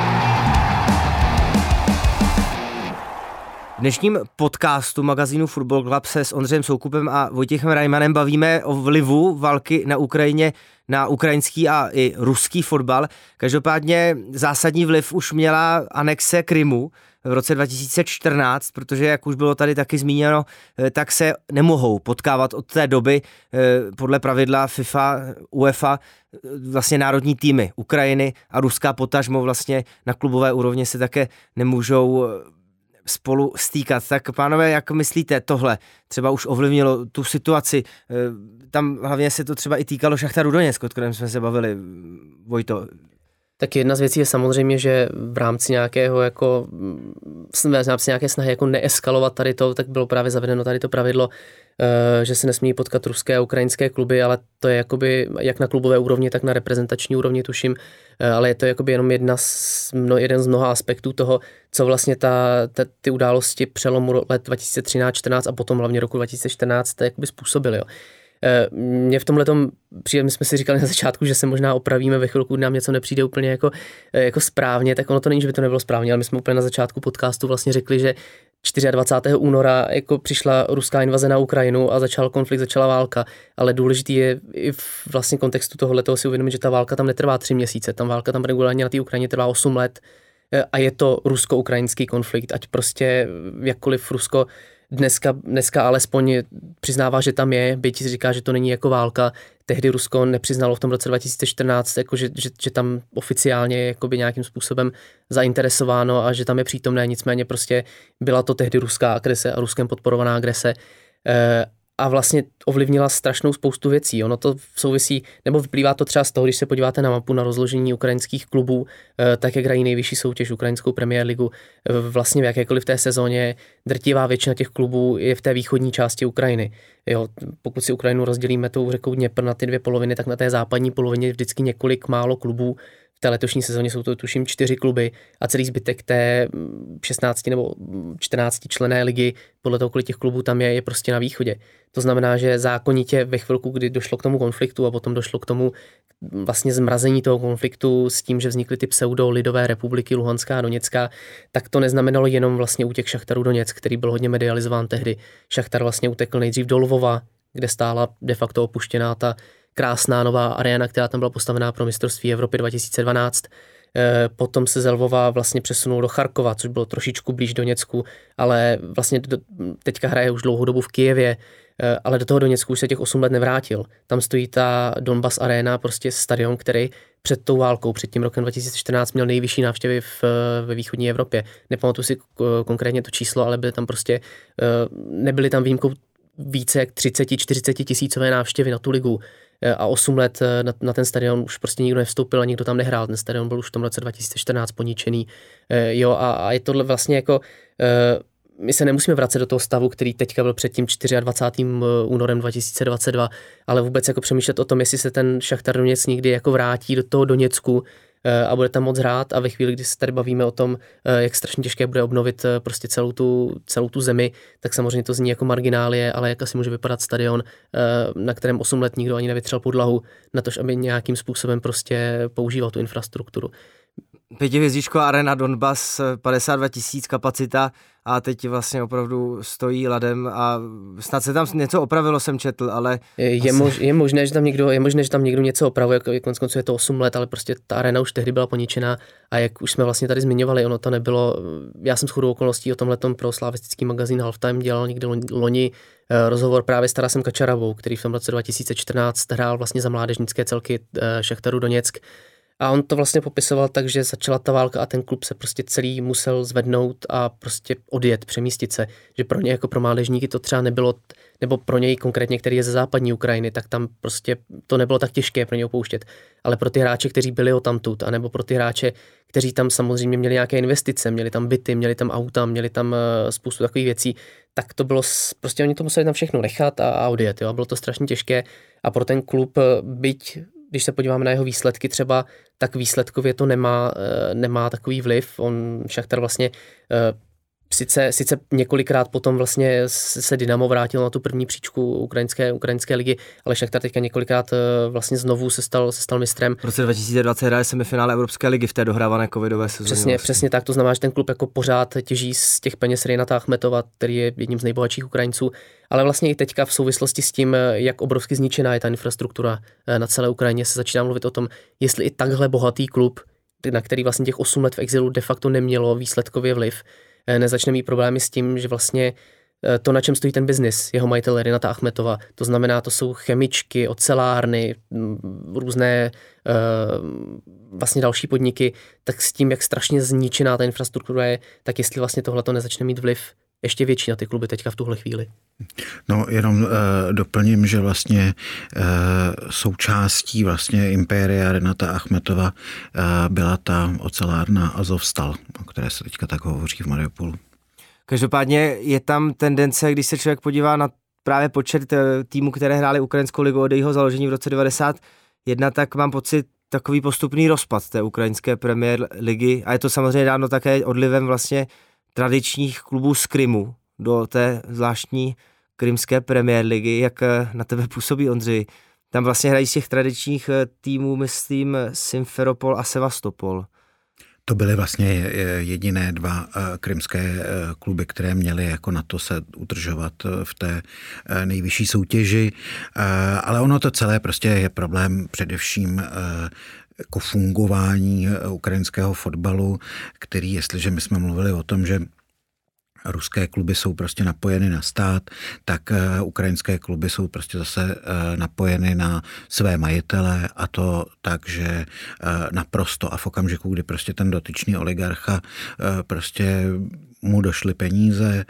V dnešním podcastu magazínu Football Club se s Ondřejem Soukupem a Vojtěchem Rajmanem bavíme o vlivu války na Ukrajině na ukrajinský a i ruský fotbal. Každopádně zásadní vliv už měla anexe Krymu v roce dva tisíce čtrnáct, protože, jak už bylo tady taky zmíněno, tak se nemohou potkávat od té doby podle pravidla FIFA, UEFA, vlastně národní týmy Ukrajiny a Ruska, potažmo vlastně na klubové úrovni se také nemůžou spolu stýkat. Tak pánové, jak myslíte tohle? Třeba už ovlivnilo tu situaci. Tam hlavně se to třeba i týkalo Šachtaru Doněck, o kterém jsme se bavili. Vojto. Tak jedna z věcí je samozřejmě, že v rámci nějakého jako v rámci nějaké snahy jako neeskalovat tady to, tak bylo právě zavedeno tady to pravidlo, že se nesmí potkat ruské a ukrajinské kluby, ale to je jakoby jak na klubové úrovni, tak na reprezentační úrovni, tuším, ale je to jakoby jenom jedna z, no, jeden z mnoha aspektů toho, co vlastně ta, ta, ty události přelomu let dva tisíce třináct čtrnáct a potom hlavně roku dva tisíce čtrnáct jakoby způsobily. Jo. Mě v tomhletom přijde, my jsme si říkali na začátku, že se možná opravíme ve chvilku, kdy nám něco nepřijde úplně jako, jako správně, tak ono to není, že by to nebylo správně, ale my jsme úplně na začátku podcastu vlastně řekli, že dvacátého čtvrtého února jako přišla ruská invaze na Ukrajinu a začal konflikt, začala válka, ale důležitý je i v vlastně kontextu tohoto si uvědomit, že ta válka tam netrvá tři měsíce, tam válka tam regulárně na té Ukrajině trvá osm let a je to rusko-ukrajinský konflikt, ať prostě jakkoliv Rusko Dneska, dneska alespoň přiznává, že tam je, byť říká, že to není jako válka. Tehdy Rusko nepřiznalo v tom roce dva tisíce čtrnáct, jako že, že, že tam oficiálně je jakoby nějakým způsobem zainteresováno a že tam je přítomné, nicméně prostě byla to tehdy ruská agrese a Ruskem podporovaná agrese. E, a vlastně ovlivnila strašnou spoustu věcí. Ono to souvisí, nebo vyplývá to třeba z toho, když se podíváte na mapu na rozložení ukrajinských klubů, tak jak hrají nejvyšší soutěž, ukrajinskou Premier Ligu, vlastně v jakékoliv té sezóně drtivá většina těch klubů je v té východní části Ukrajiny. Jo, pokud si Ukrajinu rozdělíme tou řekou Dněpr na ty dvě poloviny, tak na té západní polovině je vždycky několik málo klubů. V té letošní sezóně jsou to tuším čtyři kluby a celý zbytek té šestnácti nebo čtrnácti členné ligy, podle toho, kolik těch klubů tam je, je prostě na východě. To znamená, že zákonitě ve chvilku, kdy došlo k tomu konfliktu a potom došlo k tomu vlastně zmrazení toho konfliktu s tím, že vznikly ty pseudo-lidové republiky Luhanská a Doněcká, tak to neznamenalo jenom vlastně útěk Šachtaru Doněck, který byl hodně medializován tehdy. Šachtar vlastně utekl nejdřív do Lvova, kde stála de facto opuštěná ta krásná nová aréna, která tam byla postavená pro mistrovství Evropy dva tisíce dvanáct. E, potom se z Lvova vlastně přesunul do Charkova, což bylo trošičku blíž Doněcku, ale vlastně do, teďka hraje už dlouhou dobu v Kyjevě, e, ale do toho Doněcku už se těch osm let nevrátil. Tam stojí ta Donbas Arena, prostě stadion, který před tou válkou, před tím rokem dva tisíce čtrnáct měl nejvyšší návštěvy v, ve východní Evropě. Nepamatuji si konkrétně to číslo, ale byly tam prostě, e, nebyly tam výjimkou více jak třicet čtyřicet tisícové návštěvy na tu ligu. A osm let na, na ten stadion už prostě nikdo nevstoupil a nikdo tam nehrál. Ten stadion byl už v tom roce dva tisíce čtrnáct poničený. E, jo, a, a je tohle vlastně jako... E, my se nemusíme vracet do toho stavu, který teďka byl před tím dvacátým čtvrtým únorem dva tisíce dvacet dva, ale vůbec jako přemýšlet o tom, jestli se ten Šachtar Doněck někdy jako vrátí do toho Doněcku a bude tam moc hrát a ve chvíli, kdy se tady bavíme o tom, jak strašně těžké bude obnovit prostě celou tu, celou tu zemi, tak samozřejmě to zní jako marginálie, ale jak asi může vypadat stadion, na kterém osm let nikdo ani nevytřel podlahu, na to, aby nějakým způsobem prostě používal tu infrastrukturu. Pětihvězdičková arena Donbas, padesát dva tisíc kapacita a teď vlastně opravdu stojí ladem a snad se tam něco opravilo, jsem četl, ale... Je, asi... mož, je, možné, že tam někdo, je možné, že tam někdo něco opravuje, konec konců je to osm let, ale prostě ta arena už tehdy byla poničená a jak už jsme vlastně tady zmiňovali, ono to nebylo... Já jsem shodou okolností o tomhletom pro slavistický magazín Halftime dělal někdy loni rozhovor právě s Tarasem Kačaravou, který v tom roce dva tisíce čtrnáct hrál vlastně za mládežnické celky Šachtaru Doněck. A on to vlastně popisoval tak, že začala ta válka a ten klub se prostě celý musel zvednout a prostě odjet, přemístit se. Že pro ně jako pro mládežníky to třeba nebylo, nebo pro něj konkrétně, který je ze západní Ukrajiny, tak tam prostě to nebylo tak těžké pro ně opouštět. Ale pro ty hráče, kteří byli odtamtud, anebo pro ty hráče, kteří tam samozřejmě měli nějaké investice, měli tam byty, měli tam auta, měli tam spoustu takových věcí, tak to bylo, prostě oni to museli tam všechno nechat a, a odjet. Jo? A bylo to strašně těžké a pro ten klub, byť když se podíváme na jeho výsledky třeba, tak výsledkově to nemá, nemá takový vliv. On Šachtar vlastně sice, sice několikrát potom vlastně se Dynamo vrátil na tu první příčku ukrajinské, ukrajinské ligy, ale Šachtar teďka několikrát vlastně znovu se stal, se stal mistrem. V roce dva tisíce dvacet hraje semifinále Evropské ligy v té dohrávané covidové sezóně. Přesně, vlastně. přesně tak, to znamená, že ten klub jako pořád těží z těch peněz Rejnata Achmetova, který je jedním z nejbohatších Ukrajinců, ale vlastně i teďka v souvislosti s tím, jak obrovsky zničená je ta infrastruktura na celé Ukrajině, se začíná mluvit o tom, jestli i takhle bohatý klub, na který vlastně těch osm let v exilu de facto nemělo výsledkově vliv, nezačne mít problémy s tím, že vlastně to, na čem stojí ten biznis, jeho majitel Rejnata Achmetova, to znamená, to jsou chemičky, ocelárny, různé vlastně další podniky, tak s tím, jak strašně zničená ta infrastruktura je, tak jestli vlastně tohle to nezačne mít vliv ještě větší na ty kluby teďka v tuhle chvíli. No jenom uh, doplním, že vlastně uh, součástí vlastně impéria Rejnata Achmetova uh, byla ta ocelárna Azovstal, o které se teďka tak hovoří v Mariupolu. Každopádně je tam tendence, když se člověk podívá na právě počet týmů, které hrály ukrajinskou ligu od jejího založení v roce devadesát jedna, tak mám pocit takový postupný rozpad té ukrajinské Premier ligy a je to samozřejmě dáno také odlivem vlastně tradičních klubů z Krymu do té zvláštní krymské Premier ligy, jak na tebe působí, Ondřej. Tam vlastně hrají z těch tradičních týmů, myslím, Simferopol a Sevastopol. To byly vlastně jediné dva krymské kluby, které měly jako na to se udržovat v té nejvyšší soutěži, ale ono to celé prostě je problém především jako fungování ukrajinského fotbalu, který, jestliže my jsme mluvili o tom, že ruské kluby jsou prostě napojeny na stát, tak ukrajinské kluby jsou prostě zase napojeny na své majitele, a to tak, že naprosto a v okamžiku, kdy prostě ten dotyčný oligarcha prostě mu došly peníze,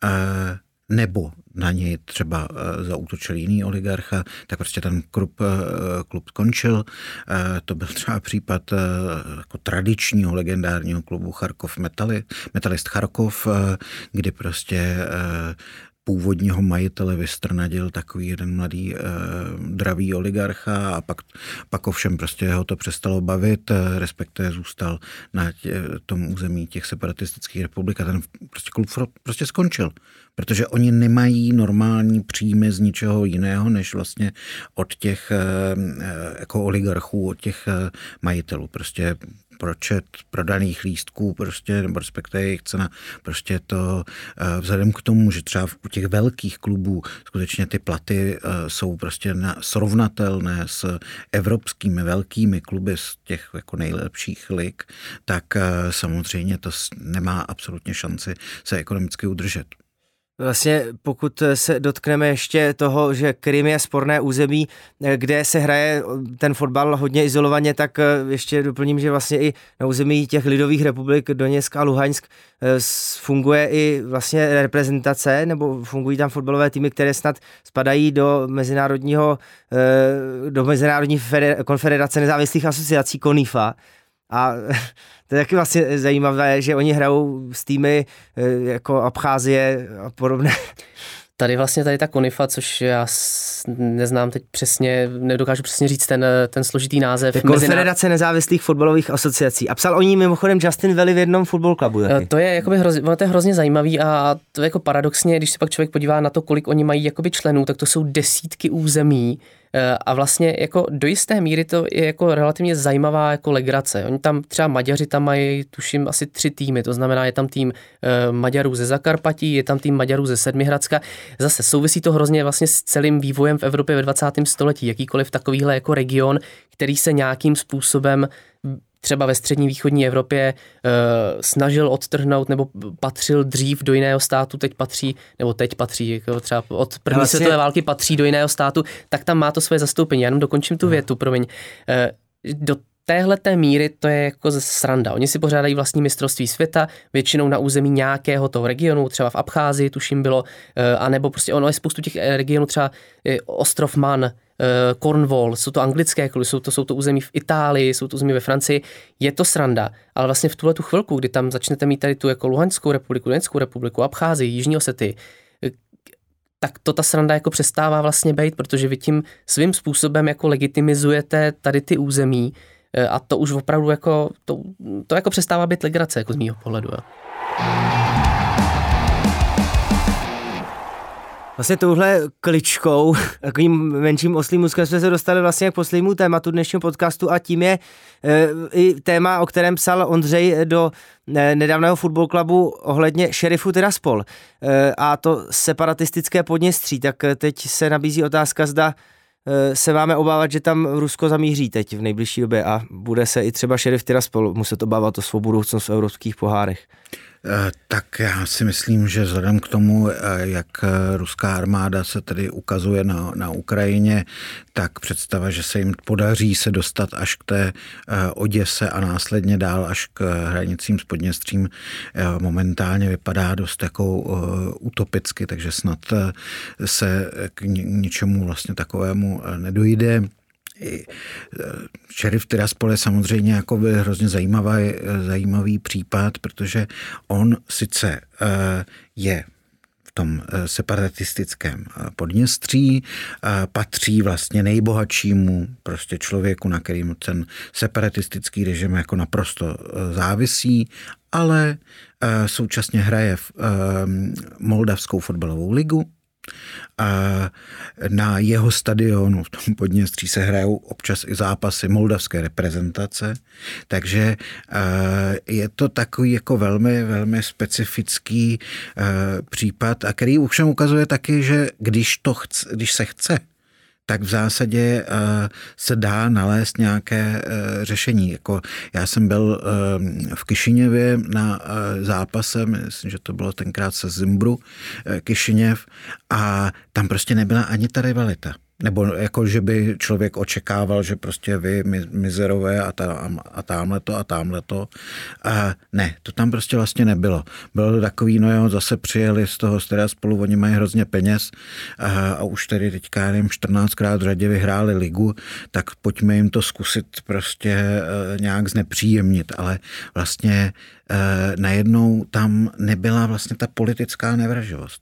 nebo na něj třeba zaútočil jiný oligarcha, tak prostě ten klub, klub skončil. To byl třeba případ jako tradičního legendárního klubu Charkov Metali, Metalist Charkov, kdy prostě původního majitele vystrnadil takový jeden mladý eh, dravý oligarcha a pak, pak ovšem prostě ho to přestalo bavit, eh, respektive zůstal na tě, tom území těch separatistických republik a ten prostě klub prostě skončil. Protože oni nemají normální příjmy z ničeho jiného, než vlastně od těch eh, jako oligarchů, od těch eh, majitelů. Prostě počet prodaných lístků, prostě, nebo respektive jejich cena, prostě to vzhledem k tomu, že třeba u těch velkých klubů skutečně ty platy jsou prostě srovnatelné s evropskými velkými kluby z těch jako nejlepších lig, tak samozřejmě to nemá absolutně šanci se ekonomicky udržet. Vlastně pokud se dotkneme ještě toho, že Krym je sporné území, kde se hraje ten fotbal hodně izolovaně, tak ještě doplním, že vlastně i na území těch lidových republik Doněck a Luhansk funguje i vlastně reprezentace, nebo fungují tam fotbalové týmy, které snad spadají do mezinárodního, do mezinárodní konfederace nezávislých asociací KONIFA. A to je taky vlastně zajímavé, že oni hrajou s týmy jako Abcházie a podobné. Tady vlastně tady ta KONIFA, což já neznám teď přesně, nedokážu přesně říct ten, ten složitý název. To je Konfederace nezávislých fotbalových asociací. A psal o ní mimochodem Justin Welly v jednom fotbal klubu. Taky. To je, jakoby hrozně, to je hrozně zajímavý a to je jako paradoxně, když se pak člověk podívá na to, kolik oni mají jakoby členů, tak to jsou desítky území. A vlastně jako do jisté míry to je jako relativně zajímavá jako legrace. Oni tam třeba Maďaři tam mají, tuším, asi tři týmy, to znamená, je tam tým e, Maďarů ze Zakarpatí, je tam tým Maďarů ze Sedmihradska. Zase souvisí to hrozně vlastně s celým vývojem v Evropě ve dvacátém století. Jakýkoliv takovýhle jako region, který se nějakým způsobem třeba ve střední východní Evropě e, snažil odtrhnout nebo patřil dřív do jiného státu, teď patří, nebo teď patří, jako třeba od první vlastně světové války patří do jiného státu, tak tam má to své zastoupení. Já jenom dokončím tu větu, promiň. E, do téhleté míry to je jako sranda. Oni si pořádají vlastní mistrovství světa, většinou na území nějakého toho regionu, třeba v Abcházii, tuším bylo, e, anebo prostě ono je spoustu těch regionů, třeba e, ostrov Man, Cornwall, jsou to anglické kluby, jsou to, jsou to území v Itálii, jsou to území ve Francii, je to sranda, ale vlastně v tuhle tu chvilku, kdy tam začnete mít tady tu jako Luhanskou republiku, Doneckou republiku, Abcházii, Jižní Osety, tak to ta sranda jako přestává vlastně být, protože vy tím svým způsobem jako legitimizujete tady ty území a to už opravdu jako, to, to jako přestává být legrace, jako z mýho pohledu. Jo. Vlastně touhle kličkou, takovým menším oslým můstkem jsme se dostali vlastně k poslednímu tématu dnešního podcastu a tím je e, i téma, o kterém psal Ondřej do e, nedávného fotbal klubu ohledně Šerifu Tiraspol e, a to separatistické Podněstří. Tak teď se nabízí otázka, zda e, se máme obávat, že tam Rusko zamíří teď v nejbližší době a bude se i třeba Šerif Tiraspol muset obávat o svou budoucnost v evropských pohárech. Tak já si myslím, že vzhledem k tomu, jak ruská armáda se tedy ukazuje na, na Ukrajině, tak představa, že se jim podaří se dostat až k té Oděse a následně dál až k hranicím s Podněstřím momentálně vypadá dost jako utopicky, takže snad se k ničemu vlastně takovému nedojde. Šerif Tiraspol je samozřejmě jako by hrozně zajímavý, zajímavý případ, protože on sice je v tom separatistickém Podněstří, patří vlastně nejbohatšímu prostě člověku, na kterým ten separatistický režim jako naprosto závisí, ale současně hraje v Moldavskou fotbalovou ligu Na jeho stadionu v tom Podněstří se hrajou občas i zápasy moldavské reprezentace, takže je to takový jako velmi, velmi specifický případ, a který už ukazuje taky, že když, to chce, když se chce, tak v zásadě uh, se dá nalézt nějaké uh, řešení. Jako já jsem byl uh, v Kišiněvě na uh, zápase, myslím, že to bylo tenkrát se Zimbru, uh, Kišiněv, a tam prostě nebyla ani ta rivalita. Nebo jako, že by člověk očekával, že prostě vy, mizerové a, ta, a tamhle to a tamhle to. A ne, to tam prostě vlastně nebylo. Bylo to takový, no jo, zase přijeli z toho teda spolu, oni mají hrozně peněz a, a už tady teďka nevím, čtrnáctkrát v řadě vyhráli ligu, tak pojďme jim to zkusit prostě e, nějak znepříjemnit, ale vlastně e, najednou tam nebyla vlastně ta politická nevraživost.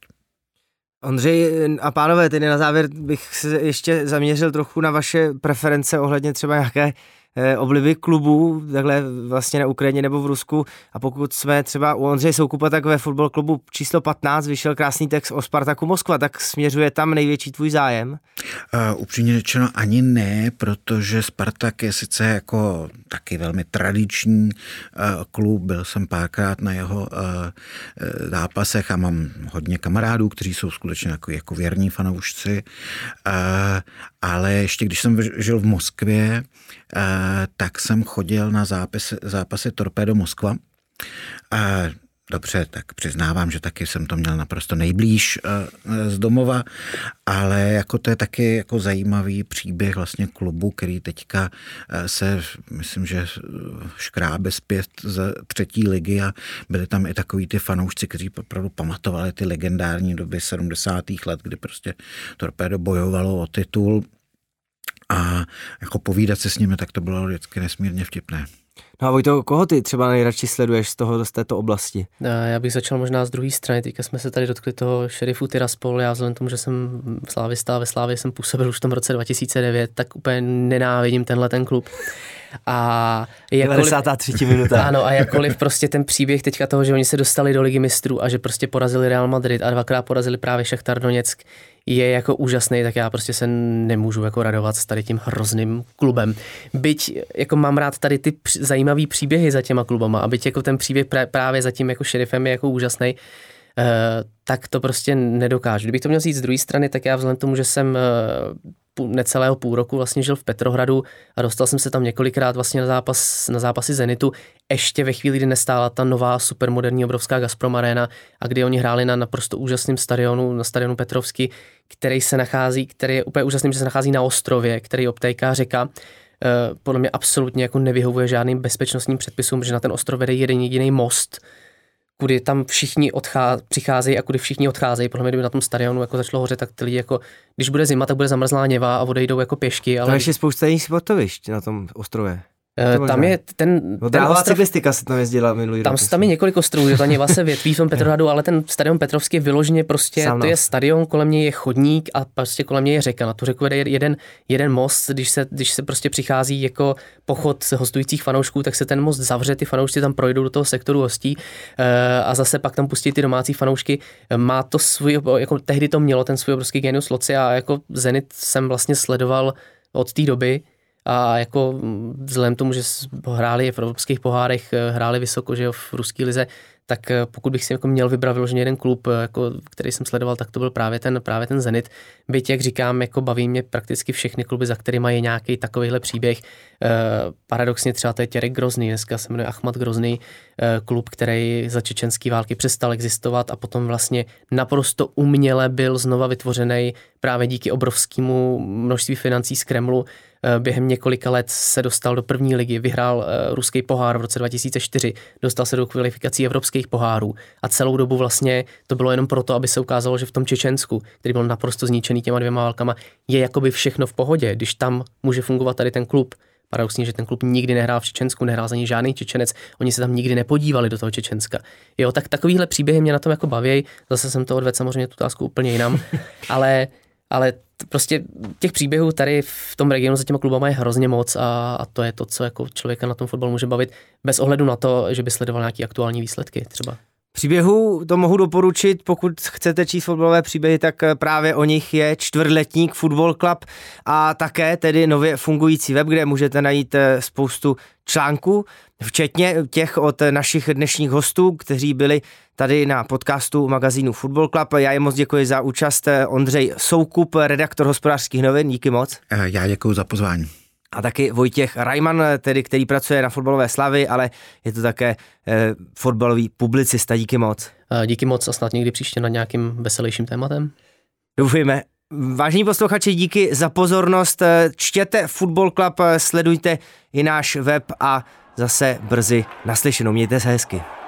Ondřej a pánové, tedy na závěr bych se ještě zaměřil trochu na vaše preference ohledně třeba nějaké eh, obliby klubů, takhle vlastně na Ukrajině nebo v Rusku. A pokud jsme třeba u Ondřeje Soukupa, tak ve fotbal klubu číslo patnáct vyšel krásný text o Spartaku Moskva, tak směřuje tam největší tvůj zájem? Uh, upřímně řečeno ani ne, protože Spartak je sice jako taky velmi tradiční uh, klub, byl jsem párkrát na jeho uh, zápasech a mám hodně kamarádů, kteří jsou skutečně jako, jako věrní fanoušci, uh, ale ještě když jsem žil v Moskvě, uh, tak jsem chodil na zápasy, zápasy Torpedo Moskva. Uh, Dobře, tak přiznávám, že taky jsem to měl naprosto nejblíž z domova, ale jako to je taky jako zajímavý příběh vlastně klubu, který teďka se, myslím, že škrábe zpět z třetí ligy, a byli tam i takový ty fanoušci, kteří opravdu pamatovali ty legendární doby sedmdesátých let, kdy prostě Torpedo bojovalo o titul, a jako povídat se s nimi, tak to bylo vždycky nesmírně vtipné. No a Vojto, koho ty třeba nejradši sleduješ z toho, z této oblasti? Já bych začal možná z druhé strany. Teďka jsme se tady dotkli toho šerifu Tiraspol. Já vzhledem tomu, že jsem slávista, ve Slávě jsem působil už v tom roce dva tisíce devět, tak úplně nenávidím tenhle ten klub. A jakkoliv, devadesátá třetí minuta. Ano, a jakkoliv prostě ten příběh teďka toho, že oni se dostali do Ligy mistrů a že prostě porazili Real Madrid a dvakrát porazili právě Šachtar Doněck, je jako úžasný, tak já prostě se nemůžu jako radovat s tady tím hrozným klubem. Byť jako mám rád tady ty zajímavý příběhy za těma klubama, a byť jako ten příběh právě za tím jako šerifem je jako úžasný, Uh, tak to prostě nedokážu. Kdybych to měl říct z druhé strany, tak já vzhledem tomu, že jsem uh, necelého půl roku vlastně žil v Petrohradu a dostal jsem se tam několikrát vlastně na, zápas, na zápasy Zenitu, ještě ve chvíli, kdy nestála ta nová supermoderní obrovská Gazprom Arena a kdy oni hráli na naprosto úžasném stadionu, na stadionu Petrovský, který se nachází, který je úplně úžasný, že se nachází na ostrově, který obtéká řeka. Uh, podle mě absolutně jako nevyhovuje žádným bezpečnostním předpisům, že na ten ostrov vede jeden jediný most, kudy tam všichni odchá, přicházejí a kudy všichni odcházejí. Podle mě, kdyby na tom stadionu jako začalo hořet, tak ty lidi jako, když bude zima, tak bude zamrzlá něva a odejdou jako pěšky. Ale... Tam ještě spousta jiných sportovišť na tom ostrově. Uh, tam je ten, no, ten ostrov, cyklistika se tam jezdila minulý tam, rok. Tam je několik ostrovů, že ta něva se větví v tom Petrohradu, ale ten stadion Petrovský je vyloženě prostě, to je stadion, kolem něj je chodník a prostě kolem něj je řeka. Na tu řeku vede jeden, jeden most, když se, když se prostě přichází jako pochod hostujících fanoušků, tak se ten most zavře, ty fanoušci tam projdou do toho sektoru hostí uh, a zase pak tam pustí ty domácí fanoušky. Má to svůj, jako tehdy to mělo ten svůj obrovský genius loci a jako Zenit jsem vlastně sledoval od té doby. A jako vzhledem tomu, že hráli v evropských pohárech, hráli vysoko, že jo, v ruské lize, tak pokud bych si jako měl vybrat vyloženě jeden klub, jako, který jsem sledoval, tak to byl právě ten, právě ten Zenit. Byť, jak říkám, jako baví mě prakticky všechny kluby, za kterýma je nějaký takovýhle příběh. E, paradoxně třeba to je Těrek Grozný, dneska se jmenuje Achmat Grozný, e, klub, který za čečenské války přestal existovat a potom vlastně naprosto uměle byl znova vytvořený právě díky obrovskému množství financí z Kremlu. Během několika let se dostal do první ligy, vyhrál uh, ruský pohár v roce dva tisíce čtyři, dostal se do kvalifikací evropských pohárů a celou dobu vlastně to bylo jenom proto, aby se ukázalo, že v tom Čečensku, který byl naprosto zničený těma dvěma válkama, je jakoby všechno v pohodě, když tam může fungovat tady ten klub. Paradoxně, že ten klub nikdy nehrál v Čečensku, nehrál za ní žádný Čečenec, oni se tam nikdy nepodívali do toho Čečenska. Jo, tak takovýhle příběhy mě na tom jako baví, zase jsem to odvedl samozřejmě tu otázku úplně jinam, ale ale prostě těch příběhů tady v tom regionu za těma klubama je hrozně moc a, a to je to, co jako člověka na tom fotbalu může bavit, bez ohledu na to, že by sledoval nějaký aktuální výsledky třeba. Příběhů to mohu doporučit, pokud chcete číst fotbalové příběhy, tak právě o nich je Čtvrtletník Football Club a také tedy nově fungující web, kde můžete najít spoustu článků, včetně těch od našich dnešních hostů, kteří byli tady na podcastu magazínu Football Club. Já jim moc děkuji za účast. Ondřej Soukup, redaktor Hospodářských novin, díky moc. Já děkuji za pozvání. A taky Vojtěch Rajman, tedy, který pracuje na Fotbalové Slavii, ale je to také eh, fotbalový publicista. Díky moc. Díky moc a snad někdy příště na nějakým veselějším tématem. Doufujeme. Vážení posluchači, díky za pozornost. Čtěte Football Club, sledujte i náš web a zase brzy naslyšenou. Mějte se hezky.